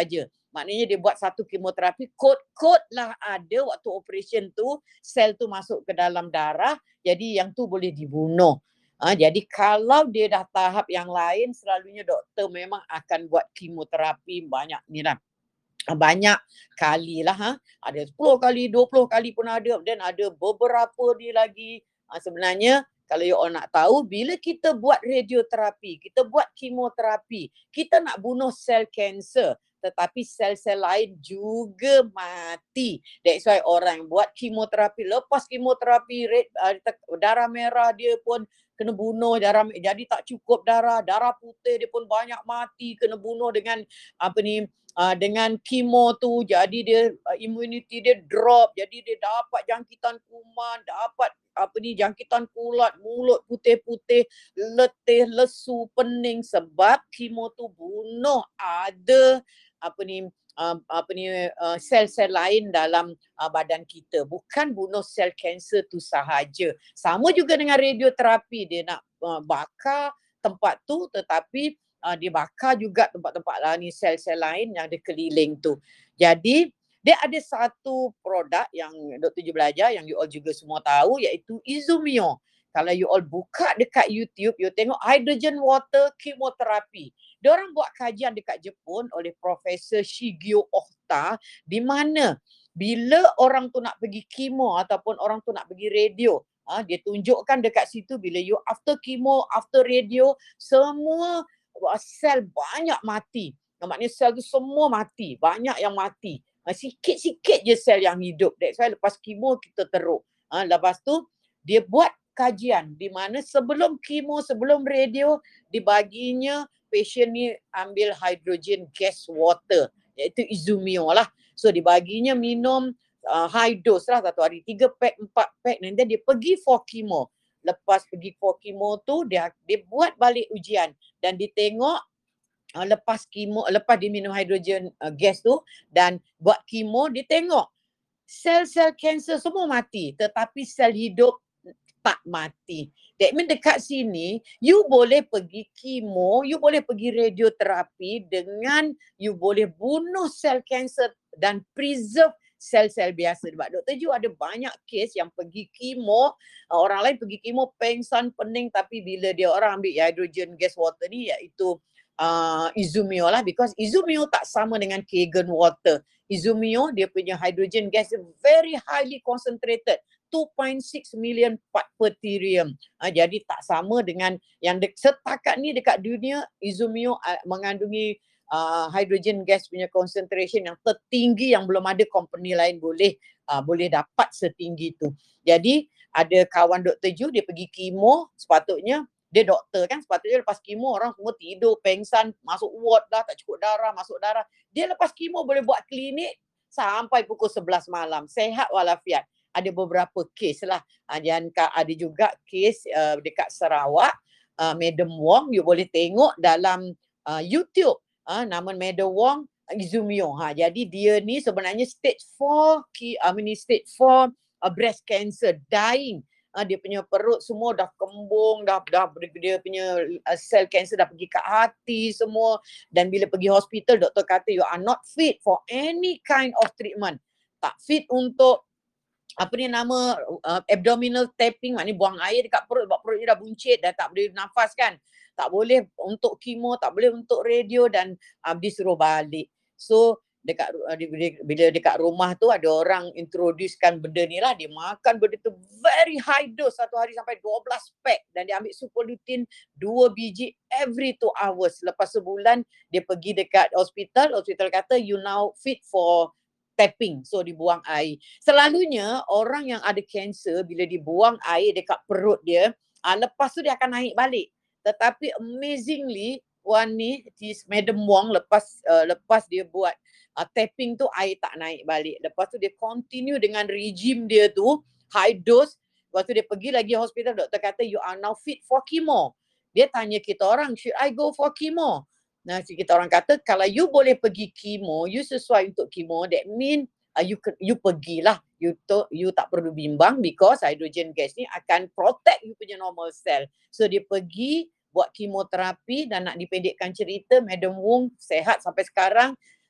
Maknanya dia buat satu kemoterapi, kod-kod lah ada waktu operation tu, sel tu masuk ke dalam darah, jadi yang tu boleh dibunuh. Ha, jadi kalau dia dah tahap yang lain, selalunya doktor memang akan buat kemoterapi banyak ni lah. Banyak kali lah. Ha? Ada sepuluh kali, dua puluh kali pun ada. Dan ada beberapa ni lagi. Ha, sebenarnya kalau you all nak tahu, bila kita buat radioterapi, kita buat kemoterapi, kita nak bunuh sel kanser. Tetapi sel-sel lain juga mati. That's why orang yang buat kemoterapi, lepas kemoterapi, red, uh, darah merah dia pun kena bunuh, darah jadi tak cukup darah, darah putih dia pun banyak mati, kena bunuh dengan apa ni, uh, dengan kemo tu, jadi dia uh, immunity dia drop, jadi dia dapat jangkitan kuman, dapat apa ni jangkitan kulat, mulut putih-putih, letih, lesu, pening sebab kemo tu bunuh ada apa ni uh, apa ni uh, sel-sel lain dalam uh, badan kita, bukan bunuh sel kanser tu sahaja. Sama juga dengan radioterapi, dia nak uh, bakar tempat tu tetapi uh, dia bakar juga tempat-tempat lain ni, sel-sel lain yang ada keliling tu. Jadi dia ada satu produk yang Doktor Ju belajar, yang you all juga semua tahu, iaitu Izumio. Kalau you all buka dekat YouTube, you tengok hydrogen water chemotherapy. Diorang buat kajian dekat Jepun oleh Profesor Shigeo Ohta, di mana bila orang tu nak pergi kemo ataupun orang tu nak pergi radio, ha, dia tunjukkan dekat situ bila you after kemo, after radio, semua sel banyak mati. Maknanya sel tu semua mati, banyak yang mati. Ha, sikit-sikit je sel yang hidup. That's why lepas kemo kita teruk. Ha, lepas tu dia buat kajian di mana sebelum kemo, sebelum radio, dibaginya pasien ni ambil hydrogen gas water, iaitu Izumio lah. So dibaginya minum uh, high dose lah satu hari, tiga pack, empat pack, dan dia pergi for kemo. Lepas pergi for kemo tu, dia dia buat balik ujian dan ditengok uh, lepas kemo, lepas dia minum hydrogen uh, gas tu dan buat kemo, dia tengok sel-sel kanser semua mati, tetapi sel hidup tak mati. That means dekat sini, you boleh pergi kemo, you boleh pergi radioterapi dengan you boleh bunuh sel kanser dan preserve sel-sel biasa. Sebab Doktor Ju ada banyak kes yang pergi kemo, orang lain pergi kemo pengsan, pening, tapi bila dia orang ambil hydrogen gas water ni, iaitu uh, Izumio lah, because Izumio tak sama dengan Kangen water. Izumio, dia punya hydrogen gas very highly concentrated, two point six million part per trillion. Ha, jadi tak sama dengan yang de- setakat ni dekat dunia, Izumio uh, mengandungi uh, hydrogen gas punya concentration yang tertinggi yang belum ada company lain boleh uh, boleh dapat setinggi tu. Jadi ada kawan Doktor Ju, dia pergi kemo, sepatutnya dia doktor kan, sepatutnya lepas kemo orang semua tidur, pengsan, masuk ward dah, tak cukup darah, masuk darah. Dia lepas kemo boleh buat klinik sampai pukul sebelas malam, sehat walafiat. Ada beberapa kes lah. Dan ada juga kes uh, dekat Sarawak, uh, Madam Wong, you boleh tengok dalam uh, YouTube. Uh, nama Madam Wong, Izumio. Ha, jadi dia ni sebenarnya stage four, I mean stage four uh, breast cancer, dying. Uh, dia punya perut semua dah kembung, dah, dah dia punya uh, sel kanser dah pergi kat hati semua. Dan bila pergi hospital, doktor kata you are not fit for any kind of treatment. Tak fit untuk apa ni nama uh, abdominal tapping, maknanya buang air dekat perut sebab perut dia dah buncit, dah tak boleh nafas kan. Tak boleh untuk kemo, tak boleh untuk radio dan uh, disuruh balik. So dekat uh, bila dekat rumah tu ada orang introducekan benda ni lah, dia makan benda tu very high dose satu hari sampai dua belas pack dan dia ambil Supolutin dua biji every two hours. Lepas sebulan dia pergi dekat hospital, hospital kata you now fit for tapping, so dibuang air. Selalunya orang yang ada kanser bila dibuang air dekat perut dia, uh, lepas tu dia akan naik balik. Tetapi amazingly, Wan ni, this Madam Wong, lepas uh, lepas dia buat uh, tapping tu, air tak naik balik. Lepas tu dia continue dengan regime dia tu, high dose. Lepas tu dia pergi lagi hospital, doktor kata you are now fit for chemo. Dia tanya kita orang, should I go for chemo? Nah, kita orang kata kalau you boleh pergi kemo, you sesuai untuk kemo, that mean uh, you you pergilah. You to, you tak perlu bimbang because hydrogen gas ni akan protect you punya normal cell. So dia pergi buat kemoterapi dan nak dipendekkan cerita, Madam Wong sehat sampai sekarang.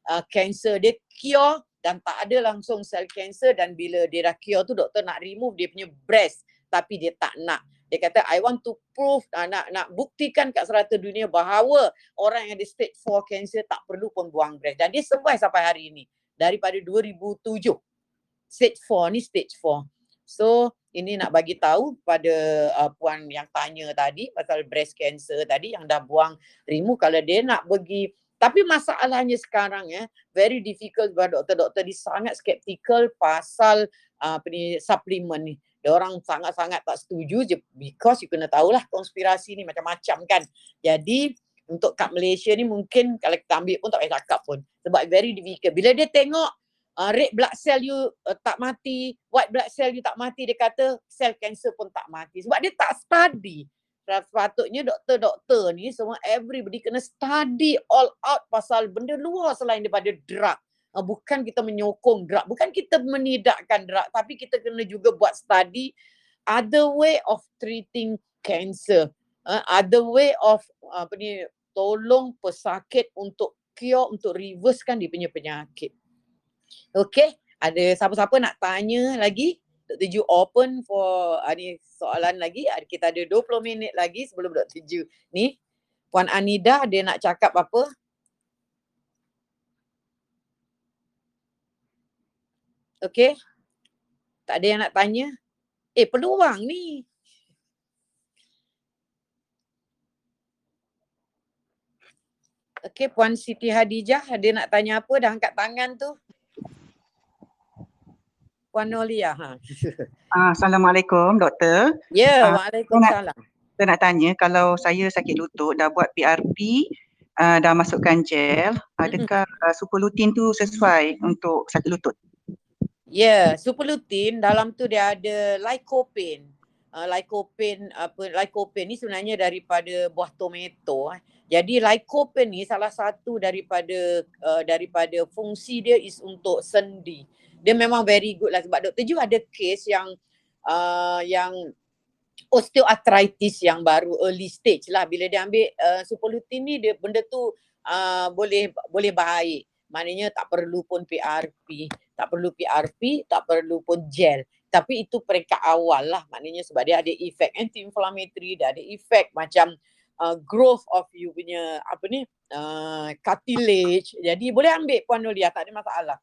uh, cancer dia cure dan tak ada langsung sel cancer, dan bila dia dah cure tu doktor nak remove dia punya breast tapi dia tak nak. Dia kata I want to prove, uh, nak nak buktikan kat serata dunia bahawa orang yang ada stage four cancer tak perlu pun buang breast, dan dia survive sampai hari ini daripada dua ribu tujuh. Stage four ni stage four. So ini nak bagi tahu pada uh, puan yang tanya tadi pasal breast cancer tadi yang dah buang remove, kalau dia nak pergi. Tapi masalahnya sekarang ya, very difficult buat doktor-doktor ni, sangat skeptical pasal uh, apa ni suplemen ni. Dia orang sangat-sangat tak setuju je, because you kena tahulah konspirasi ni macam-macam kan. Jadi untuk kat Malaysia ni mungkin kalau kita ambil pun tak payah cakap pun, sebab very difficult. Bila dia tengok uh, red blood cell you uh, tak mati, white blood cell you tak mati, dia kata sel cancer pun tak mati. Sebab dia tak study. Sepatutnya doktor-doktor ni semua, everybody kena study all out pasal benda luar selain daripada drug. Uh, bukan kita menyokong drug, bukan kita menidakkan drug, tapi kita kena juga buat study other way of treating cancer. Uh, other way of uh, apa ni, tolong pesakit untuk cure, untuk reversekan dia punya penyakit. Okay, ada siapa-siapa nak tanya lagi? Doktor Ju open for uh, ni soalan lagi. Kita ada dua puluh minit lagi sebelum Doktor Ju ni. Puan Anida dia nak cakap apa? Okay. Tak ada yang nak tanya? Eh, peluang ni. Okay, Puan Siti Hadijah dia nak tanya apa? Dah angkat tangan tu. Puan Nolia. Ha. Ah, Assalamualaikum doktor. Ya, Ah, waalaikumsalam. Saya nak tanya, kalau saya sakit lutut dah buat P R P, uh, dah masukkan gel, adakah uh, Superlutin tu sesuai untuk sakit lutut? Ya, yeah, Superlutin dalam tu dia ada lycopene. Uh, lycopene apa lycopene ni sebenarnya daripada buah tomato. Eh. Jadi lycopene ni salah satu daripada uh, daripada fungsi dia is untuk sendi. Dia memang very good lah, sebab Doktor Ju ada case yang uh, yang osteoarthritis yang baru early stage lah. Bila dia ambil uh, Superlutin ni, dia benda tu uh, boleh boleh baik. Maknanya tak perlu pun P R P, tak perlu P R P, tak perlu pun gel. Tapi itu peringkat awal lah, maknanya sebab dia ada efek anti-inflammatory, dia ada efek macam uh, growth of you punya apa ni, uh, cartilage. Jadi boleh ambil Puan Nolia, tak ada masalah.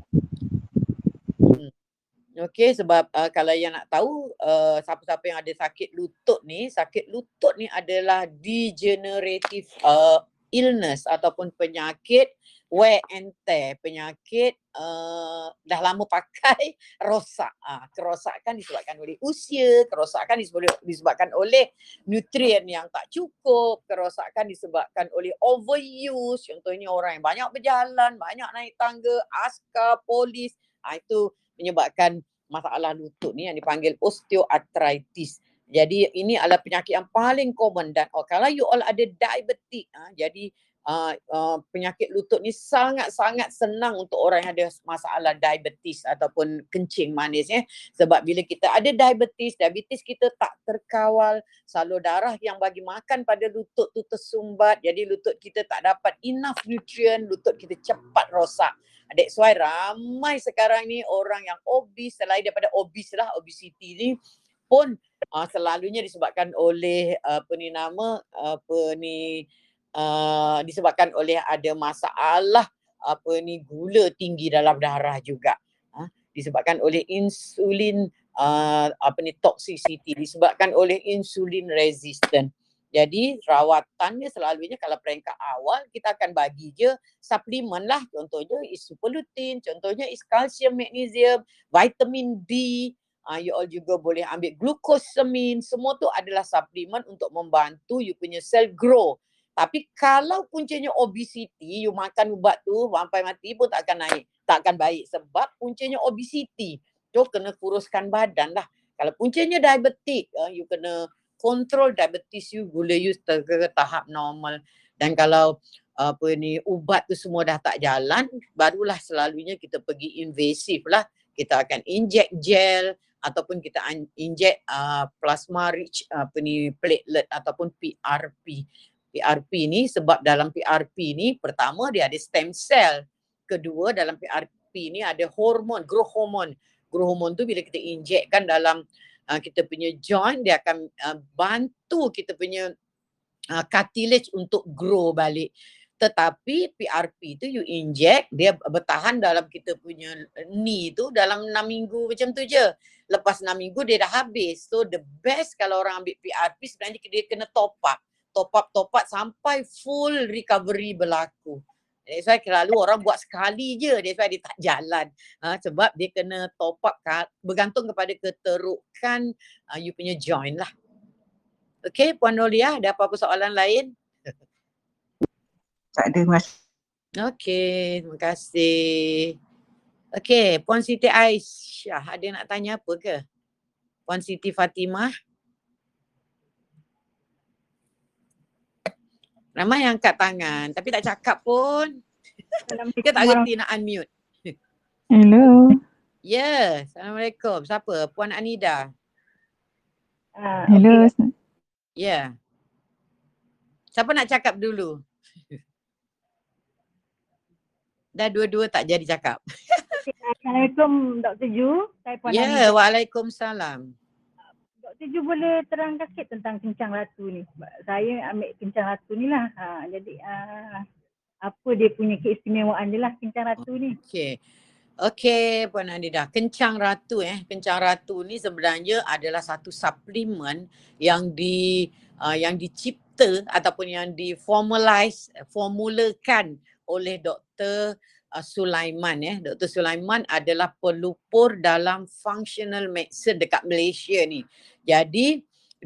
Hmm. Okey, sebab uh, kalau yang nak tahu uh, siapa-siapa yang ada sakit lutut ni, sakit lutut ni adalah degenerative uh, illness ataupun penyakit wear and tear, penyakit uh, dah lama pakai rosak. Uh, kerosakan disebabkan oleh usia, kerosakan disebabkan oleh nutrien yang tak cukup, kerosakan disebabkan oleh overuse, contohnya orang yang banyak berjalan, banyak naik tangga, askar, polis, uh, itu menyebabkan masalah lutut ni yang dipanggil osteoarthritis. Jadi ini adalah penyakit yang paling common, dan oh, kalau you all ada diabetik, uh, jadi Uh, uh, penyakit lutut ni sangat-sangat senang untuk orang yang ada masalah diabetes ataupun kencing manis ya. Sebab bila kita ada diabetes, diabetes kita tak terkawal, salur darah yang bagi makan pada lutut tu tersumbat, jadi lutut kita tak dapat enough nutrient, lutut kita cepat rosak. That's why ramai sekarang ni orang yang obese, selain daripada obese lah, obesity ni pun uh, selalunya disebabkan oleh uh, apa ni nama, apa ni Uh, disebabkan oleh ada masalah apa ni gula tinggi dalam darah juga, ha? Disebabkan oleh insulin uh, apa ni toxicity, disebabkan oleh insulin resistant. Jadi rawatannya selalunya kalau peringkat awal kita akan bagi je suplemen lah, contohnya is Superlutin, contohnya is kalsium, magnesium, vitamin D. Uh, you all juga boleh ambil glucosamine, semua tu adalah suplemen untuk membantu you punya sel grow. Tapi kalau puncanya obesity, you makan ubat tu sampai mati pun tak akan naik, tak akan baik, sebab puncanya obesity. So kena kuruskan badan lah. Kalau puncanya diabetik, uh, you kena kontrol diabetes you, gula you ke tahap normal. Dan kalau uh, apa ni ubat tu semua dah tak jalan, barulah selalunya kita pergi invasif lah. Kita akan inject gel ataupun kita inject uh, plasma rich apa ni platelet ataupun P R P. P R P ni sebab dalam P R P ni pertama dia ada stem cell. kedua dalam P R P ni ada hormon, growth hormone. Growth hormone tu bila kita injekkan dalam uh, kita punya joint, dia akan uh, bantu kita punya uh, cartilage untuk grow balik. Tetapi P R P tu you inject, dia bertahan dalam kita punya knee tu dalam enam minggu macam tu je. Lepas enam minggu dia dah habis. So the best kalau orang ambil P R P sebenarnya dia kena top up. Top up, top up sampai full recovery berlaku. That's why selalu orang buat sekali je, that's why dia tak jalan. Ha, sebab dia kena top up bergantung kepada keterukan uh, you punya joint lah. Okay, Puan Nolia, ada apa-apa soalan lain? Tak ada, Mas. Okey, terima kasih. Okey, Puan Siti Aisyah, ada nak tanya apa ke? Puan Siti Fatimah? Ramai yang angkat tangan tapi tak cakap pun. Kita tak reti nak unmute. Hello. Ya, yeah. Assalamualaikum. Siapa? Puan Anida. Uh, Hello. Ya. Yeah. Siapa nak cakap dulu? Dah dua-dua tak jadi cakap. Assalamualaikum Doktor Ju. Saya Puan Ya, Anida. waalaikumsalam. Doktor Ju boleh terangkan sikit tentang kencang ratu ni. Saya ambil kencang ratu ni lah. Ha, jadi uh, apa dia punya keistimewaan dia lah kencang ratu ni. Okey. Okey Puan Anida. Kencang ratu eh. Kencang ratu ni sebenarnya adalah satu suplemen yang di uh, yang dicipta ataupun yang diformalize, formulakan oleh Doktor uh, Sulaiman eh. Doktor Sulaiman adalah pelupur dalam functional medicine dekat Malaysia ni. Jadi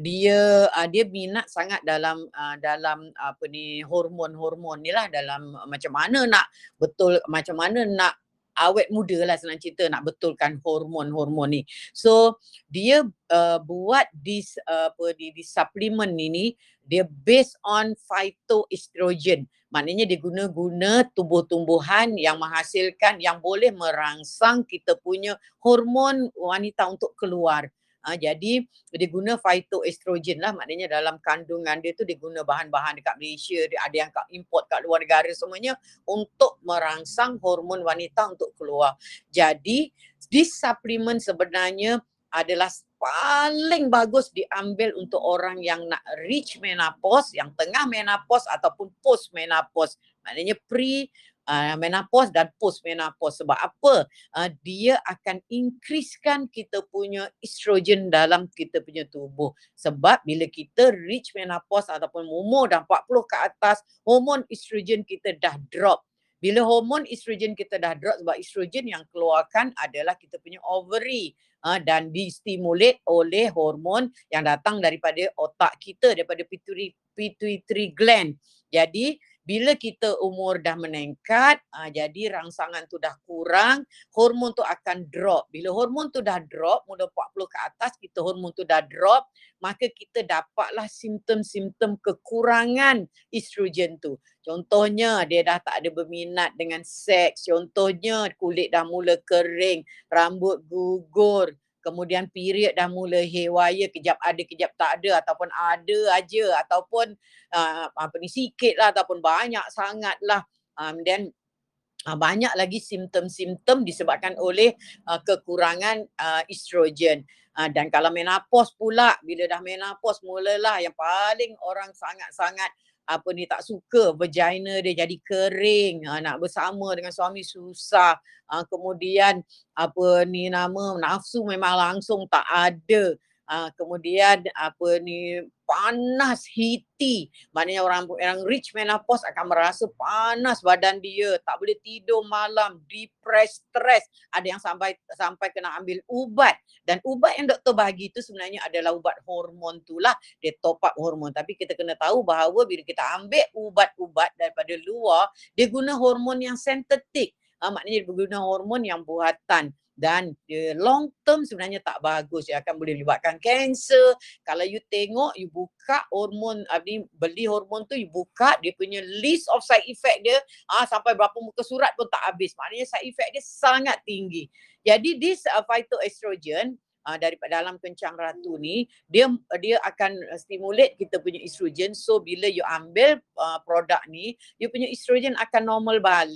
dia uh, dia minat sangat dalam uh, dalam apa ni hormon-hormon ni lah, dalam uh, macam mana nak betul, macam mana nak awet muda lah senang cerita, nak betulkan hormon-hormon ni. So dia uh, buat this uh, apa di, di suplemen ini, dia based on phytoestrogen. Maknanya dia guna-guna tumbuh-tumbuhan yang menghasilkan, yang boleh merangsang kita punya hormon wanita untuk keluar. Ha, jadi dia guna phytoestrogen lah, maknanya dalam kandungan dia tu dia guna bahan-bahan dekat Malaysia, dia ada yang kat import kat luar negara semuanya untuk merangsang hormon wanita untuk keluar. Jadi this supplement sebenarnya adalah paling bagus diambil untuk orang yang nak reach menopause, yang tengah menopause ataupun post menopause. Maknanya pre uh, menopause dan post menopause. Sebab apa? Uh, dia akan increasekan kita punya estrogen dalam kita punya tubuh. Sebab bila kita reach menopause ataupun umur dah empat puluh ke atas, hormon estrogen kita dah drop. Bila hormon estrogen kita dah drop, sebab estrogen yang keluarkan adalah kita punya ovary. Uh, dan distimulate oleh hormon yang datang daripada otak kita, daripada pituitary, pituitary gland. Jadi bila kita umur dah meningkat, uh, jadi rangsangan tu dah kurang, hormon tu akan drop. Bila hormon tu dah drop, umur empat puluh ke atas, kita hormon tu dah drop, maka kita dapatlah simptom-simptom kekurangan estrogen tu. Contohnya dia dah tak ada berminat dengan seks, contohnya kulit dah mula kering, rambut gugur, kemudian period dah mula haywire, kejap ada kejap tak ada, ataupun ada aja, ataupun uh, apa ni sikit lah, ataupun banyak sangat lah. Um, then uh, banyak lagi simptom-simptom disebabkan oleh uh, kekurangan uh, estrogen. Uh, dan kalau menopause pula, bila dah menopause mulalah yang paling orang sangat-sangat apa ni tak suka, vagina dia jadi kering, ha, nak bersama dengan suami susah, ha, kemudian apa ni nama nafsu memang langsung tak ada, ha, kemudian apa ni panas hiti, maknanya orang yang reach menopause akan merasa panas badan dia, tak boleh tidur malam, depressed, stress, ada yang sampai sampai kena ambil ubat. Dan ubat yang doktor bagi tu sebenarnya adalah ubat hormon tu lah, dia top up hormon. Tapi kita kena tahu bahawa bila kita ambil ubat-ubat daripada luar, dia guna hormon yang sintetik, ha, maknanya dia guna hormon yang buatan. Dan dia long term sebenarnya tak bagus, dia akan boleh menyebabkan kanser. Kalau you tengok, you buka hormon, ni beli hormon tu, you buka dia punya list of side effect dia, ah sampai berapa muka surat pun tak habis. Maknanya side effect dia sangat tinggi. Jadi this uh, phytoestrogen uh, daripada dalam kencang ratu ni, dia dia akan stimulate kita punya estrogen. So bila you ambil uh, produk ni, you punya estrogen akan normal balik.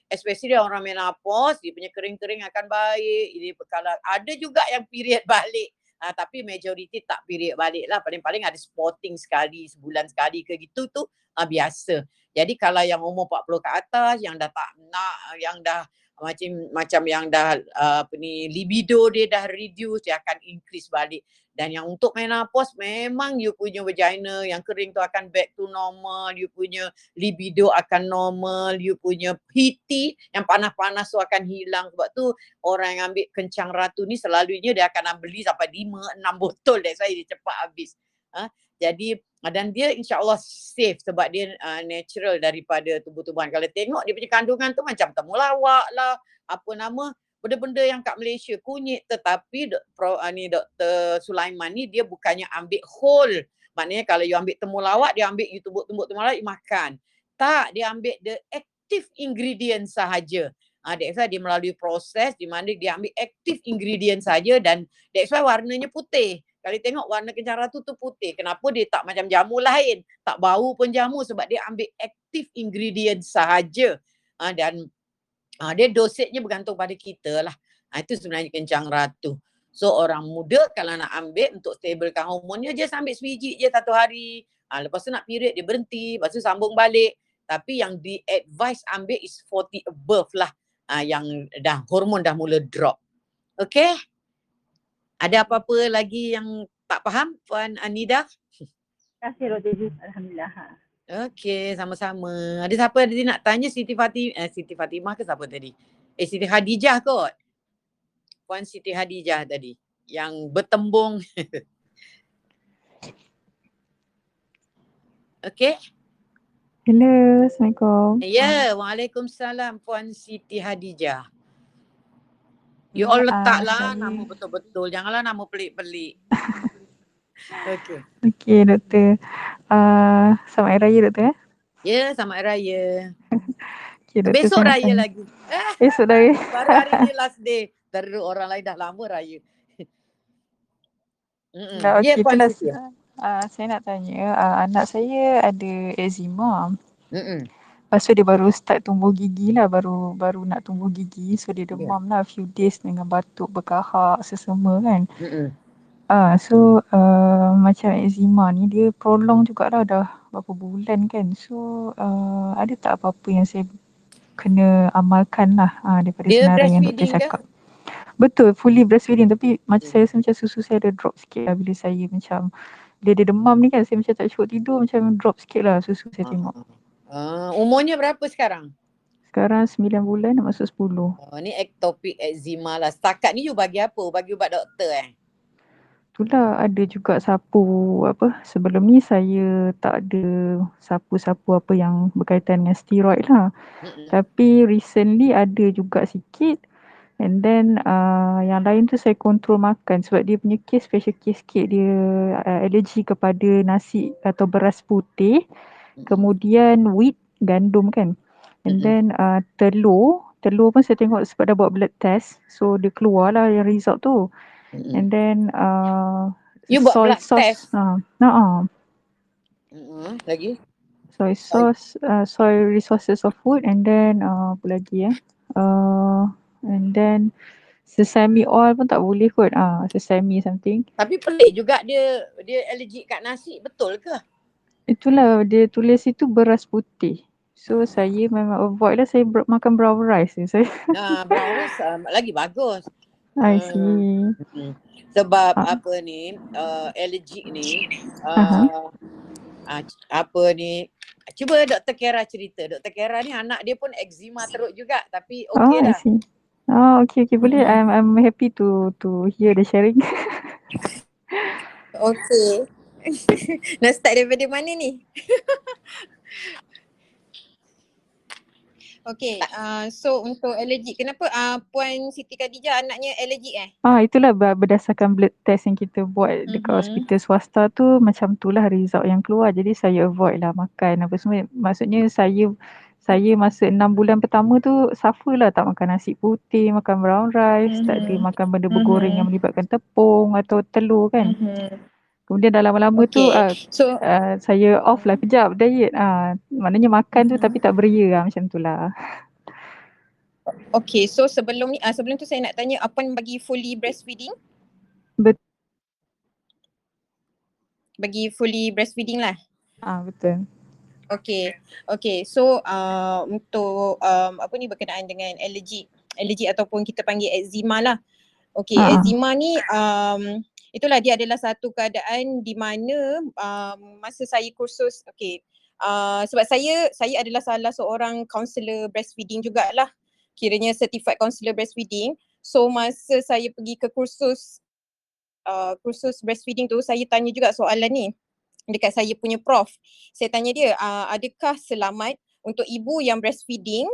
especially orang menopause, dia punya kering-kering akan baik. Dia kalau ada juga yang period balik. Uh, tapi majority tak period balik lah. Paling-paling ada spotting sekali, sebulan sekali ke gitu tu uh, biasa. Jadi kalau yang umur empat puluh ke atas, yang dah tak nak, yang dah macam macam yang dah uh, apa ni libido dia dah reduce, dia akan increase balik. Dan yang untuk menopause memang you punya vagina yang kering tu akan back to normal, you punya libido akan normal, you punya P T yang panas-panas tu akan hilang. Sebab tu orang yang ambil kencang ratu ni selalunya dia akan beli sampai lima enam botol, that's why dia cepat habis. Ha? Jadi dan dia insya-Allah safe sebab dia uh, natural daripada tubuh-tubuhan. Kalau tengok dia punya kandungan tu macam temulawak lah, apa nama, benda-benda yang kat Malaysia kunyit, tetapi Pro, uh, ni Doktor Sulaiman ni dia bukannya ambil whole. Maknanya kalau you ambil temulawak, dia ambil you tumbuk-tumbuk temulawak, you makan. Tak, dia ambil the active ingredient sahaja. Ah, uh, that's why dia melalui proses di mana dia ambil active ingredient saja dan that's why warnanya putih. Kalau tengok warna kencang ratu tu putih. Kenapa dia tak macam jamu lain? Tak bau pun jamu sebab dia ambil active ingredient sahaja. Uh, dan uh, dia dosage-nya bergantung pada kita lah. Uh, itu sebenarnya kencang ratu. So orang muda kalau nak ambil untuk stablekan hormonnya, just ambil sebiji je satu hari. Uh, lepas tu nak period dia berhenti. Lepas tu sambung balik. Tapi yang di-advise ambil is forty above lah. Uh, yang dah hormon dah mula drop. Okay? Ada apa-apa lagi yang tak faham Puan Anida? Terima kasih Doktor Ju. Alhamdulillah. Okey, sama-sama. Ada siapa tadi nak tanya Siti Fatimah, eh, Siti Fatimah ke siapa tadi? Eh Siti Khadijah kot. Puan Siti Khadijah tadi yang bertembung. Okey. Hello, Assalamualaikum. Ya, Waalaikumsalam Puan Siti Khadijah. You Ya, all letak ah, lah saya- nama betul-betul. Janganlah nama pelik-pelik. Okey. Okey, Doktor. Uh, selamat Hari Raya, Doktor. Eh? Ya, selamat Hari Raya. Okay, Doktor, Besok saya nak raya tanya. lagi. Eh, Esok Raya. baru hari ni last day. Terus orang lain dah lama raya. Mm-mm. Dah, Ya, okey, Puan itulah. Siti. Uh, saya nak tanya, uh, anak saya ada eczema. Mm-mm. Lepas tu dia baru start tumbuh gigi lah, baru baru nak tumbuh gigi. So dia Ya. demam lah few days dengan batuk, berkahak, sesama kan. Mm-mm. Ah, so uh, macam eczema ni dia prolong jugalah dah berapa bulan kan. So uh, ada tak apa-apa yang saya kena amalkan lah uh, daripada Dia senarai yang doktor breastfeeding ke? cakap. Betul, fully breastfeeding, tapi macam Hmm. saya rasa macam susu saya ada drop sikit lah bila saya macam bila dia demam ni kan, saya macam tak cukup tidur, macam drop sikit lah susu saya tengok. Ah, umurnya berapa sekarang? Sekarang sembilan bulan nak masuk sepuluh. Oh, ni ectopic eczema lah. Setakat ni you bagi apa? Bagi ubat doktor eh? Itulah ada juga sapu apa, sebelum ni saya tak ada sapu-sapu apa yang berkaitan dengan steroid lah. Mm-mm. Tapi recently ada juga sikit. And then uh, yang lain tu saya kontrol makan sebab dia punya case special case sikit, dia uh, alergi kepada nasi atau beras putih, kemudian wheat, gandum kan. And Mm-mm. then uh, telur, telur pun saya tengok sebab dah buat blood test. So dia keluar lah yang result tu. Mm-mm. And then uh, You buat soy blood sauce. test? Uh, uh, Mm-mm. Lagi? soy sauce, uh, soy resources of food, and then uh, apa lagi eh? Uh, and then sesame oil pun tak boleh kot. Ah, uh, sesame something. Tapi pelik juga dia dia allergic kat nasi, betul ke? Itulah dia tulis itu beras putih. So saya memang avoid lah, saya ber- makan brown rice je saya. Nah, brown rice uh, lagi bagus. I Ah, see. mm. Sebab Ah. apa ni, uh, allergic ni, Aha. uh, uh, apa ni, cuba Doktor Kera cerita. Doktor Kera ni anak dia pun eczema teruk juga tapi Oh, okey I dah. see. Oh, okay, okay, boleh. Mm. I'm I'm happy to to hear the sharing. Okey. Nak start daripada mana ni? Okey, uh, so untuk allergic, kenapa uh, Puan Siti Khadijah anaknya allergic eh? Ah, itulah ber- berdasarkan blood test yang kita buat dekat Mhm. hospital swasta tu, macam itulah result yang keluar. Jadi saya avoid lah makan apa semua. Maksudnya saya saya masa enam bulan pertama tu suffer lah, tak makan nasi putih, makan brown rice, tak ada Mhm. makan benda bergoreng Mhm. yang melibatkan tepung atau telur kan. Mhm. Kemudian dah lama-lama tu Okey. uh, So uh, saya off lah kejap diet. Ah, maknanya makan tu Mhm. tapi tak beria lah, macam tu lah. Okay, so sebelum ni, uh, sebelum tu saya nak tanya, Puan bagi fully breastfeeding? Bet- Bagi fully breastfeeding lah. ah, betul. Okay, okay. So uh, untuk um, apa ni berkenaan dengan alergi, alergi ataupun kita panggil eczema lah. Okay, Ah, ah. eczema ni um, itulah dia adalah satu keadaan di mana um, masa saya kursus, okay, uh, sebab saya saya adalah salah seorang kaunselor breastfeeding jugalah, kiranya certified counselor breastfeeding. So masa saya pergi ke kursus uh, kursus breastfeeding tu, saya tanya juga soalan ni dekat saya punya prof. Saya tanya dia, uh, adakah selamat untuk ibu yang breastfeeding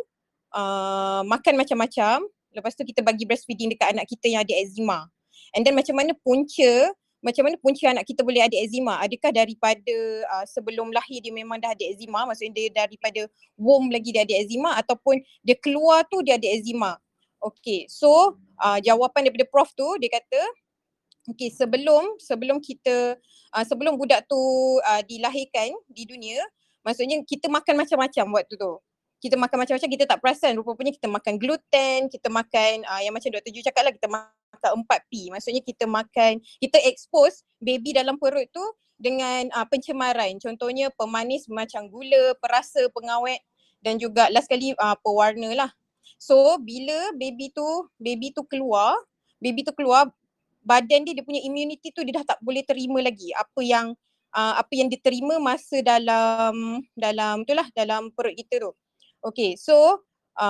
uh, makan macam-macam, lepas tu kita bagi breastfeeding dekat anak kita yang ada eczema. And then macam mana punca, macam mana punca anak kita boleh ada eczema? Adakah daripada uh, sebelum lahir dia memang dah ada eczema, maksudnya dia daripada womb lagi dia ada eczema, ataupun dia keluar tu dia ada eczema? Okay, so uh, jawapan daripada prof tu dia kata, okay, sebelum sebelum kita uh, sebelum budak tu uh, dilahirkan di dunia, maksudnya kita makan macam-macam waktu tu. Kita makan macam-macam, kita tak perasan, rupanya kita makan gluten, kita makan uh, yang macam Doktor Ju cakap lah, kita makan empat P. Maksudnya kita makan, kita expose baby dalam perut tu dengan uh, pencemaran. Contohnya pemanis macam gula, perasa, pengawet dan juga last sekali uh, pewarna lah. So bila baby tu baby tu keluar, baby tu keluar badan dia, dia punya immunity tu dia dah tak boleh terima lagi apa yang uh, apa yang diterima masa dalam dalam itulah dalam perut kita tu. Okay, so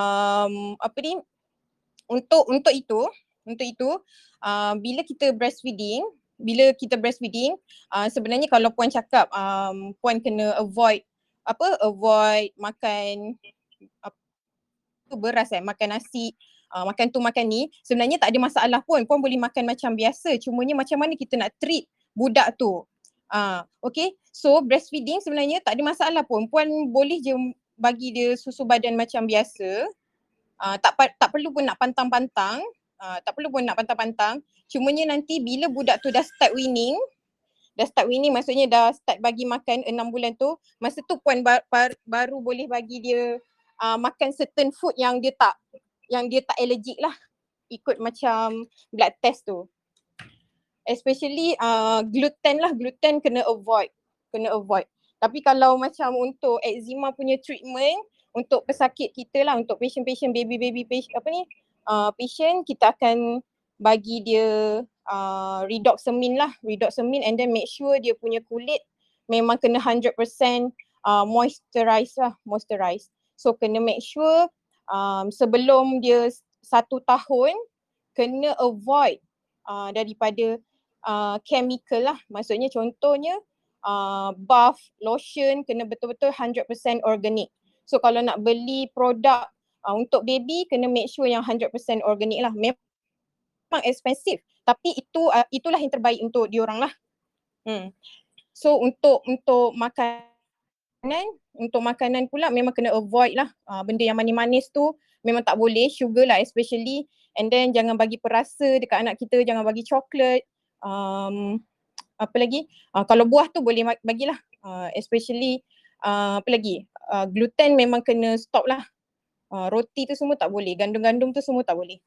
um, apa ni untuk untuk itu untuk itu uh, bila kita breastfeeding bila kita breastfeeding uh, sebenarnya kalau puan cakap um, puan kena avoid apa avoid makan apa, beras eh, makan nasi, uh, makan tu makan ni, sebenarnya tak ada masalah pun. Puan boleh makan macam biasa, cumanya macam mana kita nak treat budak tu. Uh, okay, so breastfeeding sebenarnya tak ada masalah pun. Puan boleh je bagi dia susu badan macam biasa. Uh, tak tak perlu pun nak pantang-pantang. Uh, tak perlu pun nak pantang-pantang. Cumanya nanti bila budak tu dah start weaning, dah start weaning maksudnya dah start bagi makan enam bulan tu, masa tu puan bar, bar, baru boleh bagi dia uh, makan certain food yang dia tak yang dia tak allergic lah, ikut macam blood test tu. Especially uh, gluten lah, gluten kena avoid, kena avoid. Tapi kalau macam untuk eczema punya treatment, untuk pesakit kita lah, untuk patient-patient baby-baby patient, apa ni, uh, patient, kita akan bagi dia uh, redoxamine lah, redoxamine, and then make sure dia punya kulit memang kena one hundred percent uh, moisturize lah, moisturize. So kena make sure um, sebelum dia satu tahun, kena avoid uh, daripada uh, chemical lah. Maksudnya contohnya uh, bath, lotion kena betul-betul one hundred percent organic. So kalau nak beli produk uh, untuk baby, kena make sure yang one hundred percent organic lah. Memang expensive, tapi itu uh, itulah yang terbaik untuk diorang lah. Hmm. So untuk untuk makanan, untuk makanan pula memang kena avoid lah. Uh, benda yang manis-manis tu memang tak boleh, sugar lah especially. And then jangan bagi perasa dekat anak kita, jangan bagi coklat. Um, apa lagi? Uh, kalau buah tu boleh bagilah. Uh, especially uh, apa lagi? Uh, gluten memang kena stop lah. Uh, roti tu semua tak boleh, gandum-gandum tu semua tak boleh.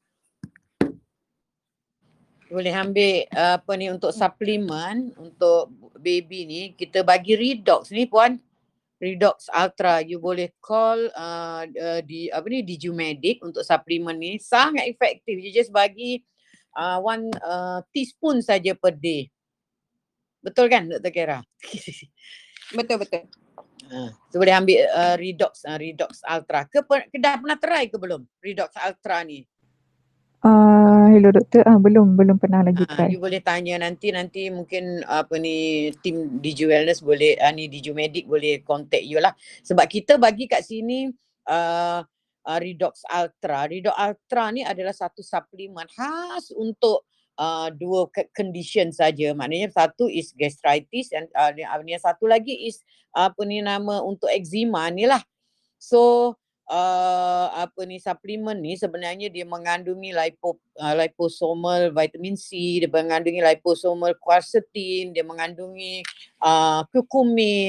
Boleh ambil uh, apa ni untuk suplemen untuk baby ni, kita bagi Redox ni puan. Redox Ultra, you boleh call uh, uh, di apa ni Dijumedic untuk suplemen ni, sangat efektif. You just bagi uh, one uh, teaspoon saja per day. Betul kan Doktor Kera? Betul betul. Uh, so boleh ambil uh, Redox uh, Redox Ultra. Ke, ke dah pernah try ke belum Redox Ultra ni? Uh, hello doktor, ah belum belum pernah lagi Uh, try. you boleh tanya nanti nanti mungkin apa ni tim Diju Wellness boleh uh, ni Dijumedic boleh contact you lah, sebab kita bagi kat sini uh, uh, Redox Ultra. Redox Ultra ni adalah satu suplemen khas untuk uh, dua condition saja. Maknanya satu is gastritis dan uh, yang satu lagi is apa ni nama untuk eczema ni lah. So uh, apa ni suplemen ni sebenarnya dia mengandungi lipo, uh, liposomal vitamin C, dia mengandungi liposomal quercetin, dia mengandungi uh, curcumin,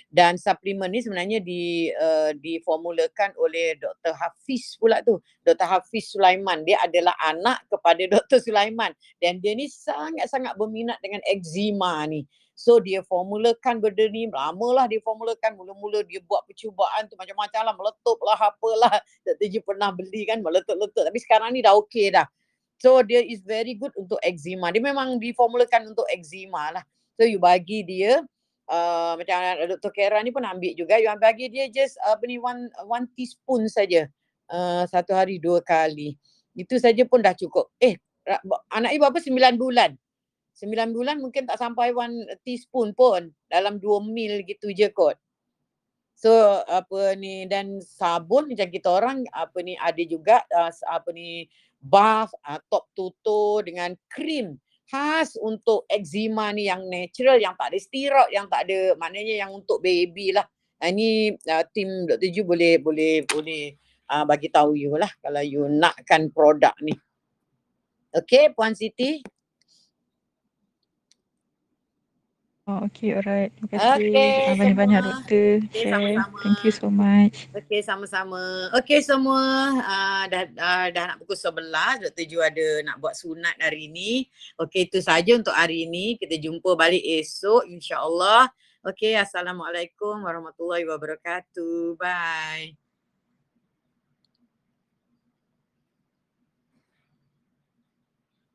Dan suplemen ni sebenarnya di uh, diformulakan oleh Doktor Hafiz pula tu. Doktor Hafiz Sulaiman. Dia adalah anak kepada Doktor Sulaiman. Dan dia ni sangat-sangat berminat dengan eczema ni. So dia formulakan benda ni, lamalah dia formulakan. Mula-mula dia buat percubaan tu macam-macam lah, meletup lah, apalah. Doktor Ju pernah beli kan, meletup-letup. Tapi sekarang ni dah okey dah. So dia is very good untuk eczema. Dia memang diformulakan untuk eczema lah. So you bagi dia, Uh, macam Doktor Kera ni pun ambil juga, you bagi dia just uh, apa ni one one teaspoon saja uh, satu hari dua kali. Itu saja pun dah cukup. Eh anak ibu apa sembilan bulan. sembilan bulan mungkin tak sampai one teaspoon pun, dalam dua mil gitu je kot. So apa ni, dan sabun macam kita orang apa ni ada juga uh, apa ni bath, uh, top tutor dengan krim khas untuk eczema ni yang natural, yang tak ada steroid, yang tak ada, maknanya yang untuk baby lah. Ini uh, tim Doktor Ju boleh boleh boleh uh, bagi tahu you lah kalau you nakkan produk ni. Okay Puan Siti. Oh, okay, alright. Terima kasih Okay, uh, banyak-banyak semua. doktor Okay, share. sama-sama. Thank you so much. Okay, sama-sama. Okay semua, uh, dah, uh, dah nak pukul sebelas, Doktor Ju ada nak buat sunat hari ni. Okay, itu saja untuk hari ini. Kita jumpa balik esok insya-Allah. Okay, Assalamualaikum warahmatullahi wabarakatuh. Bye.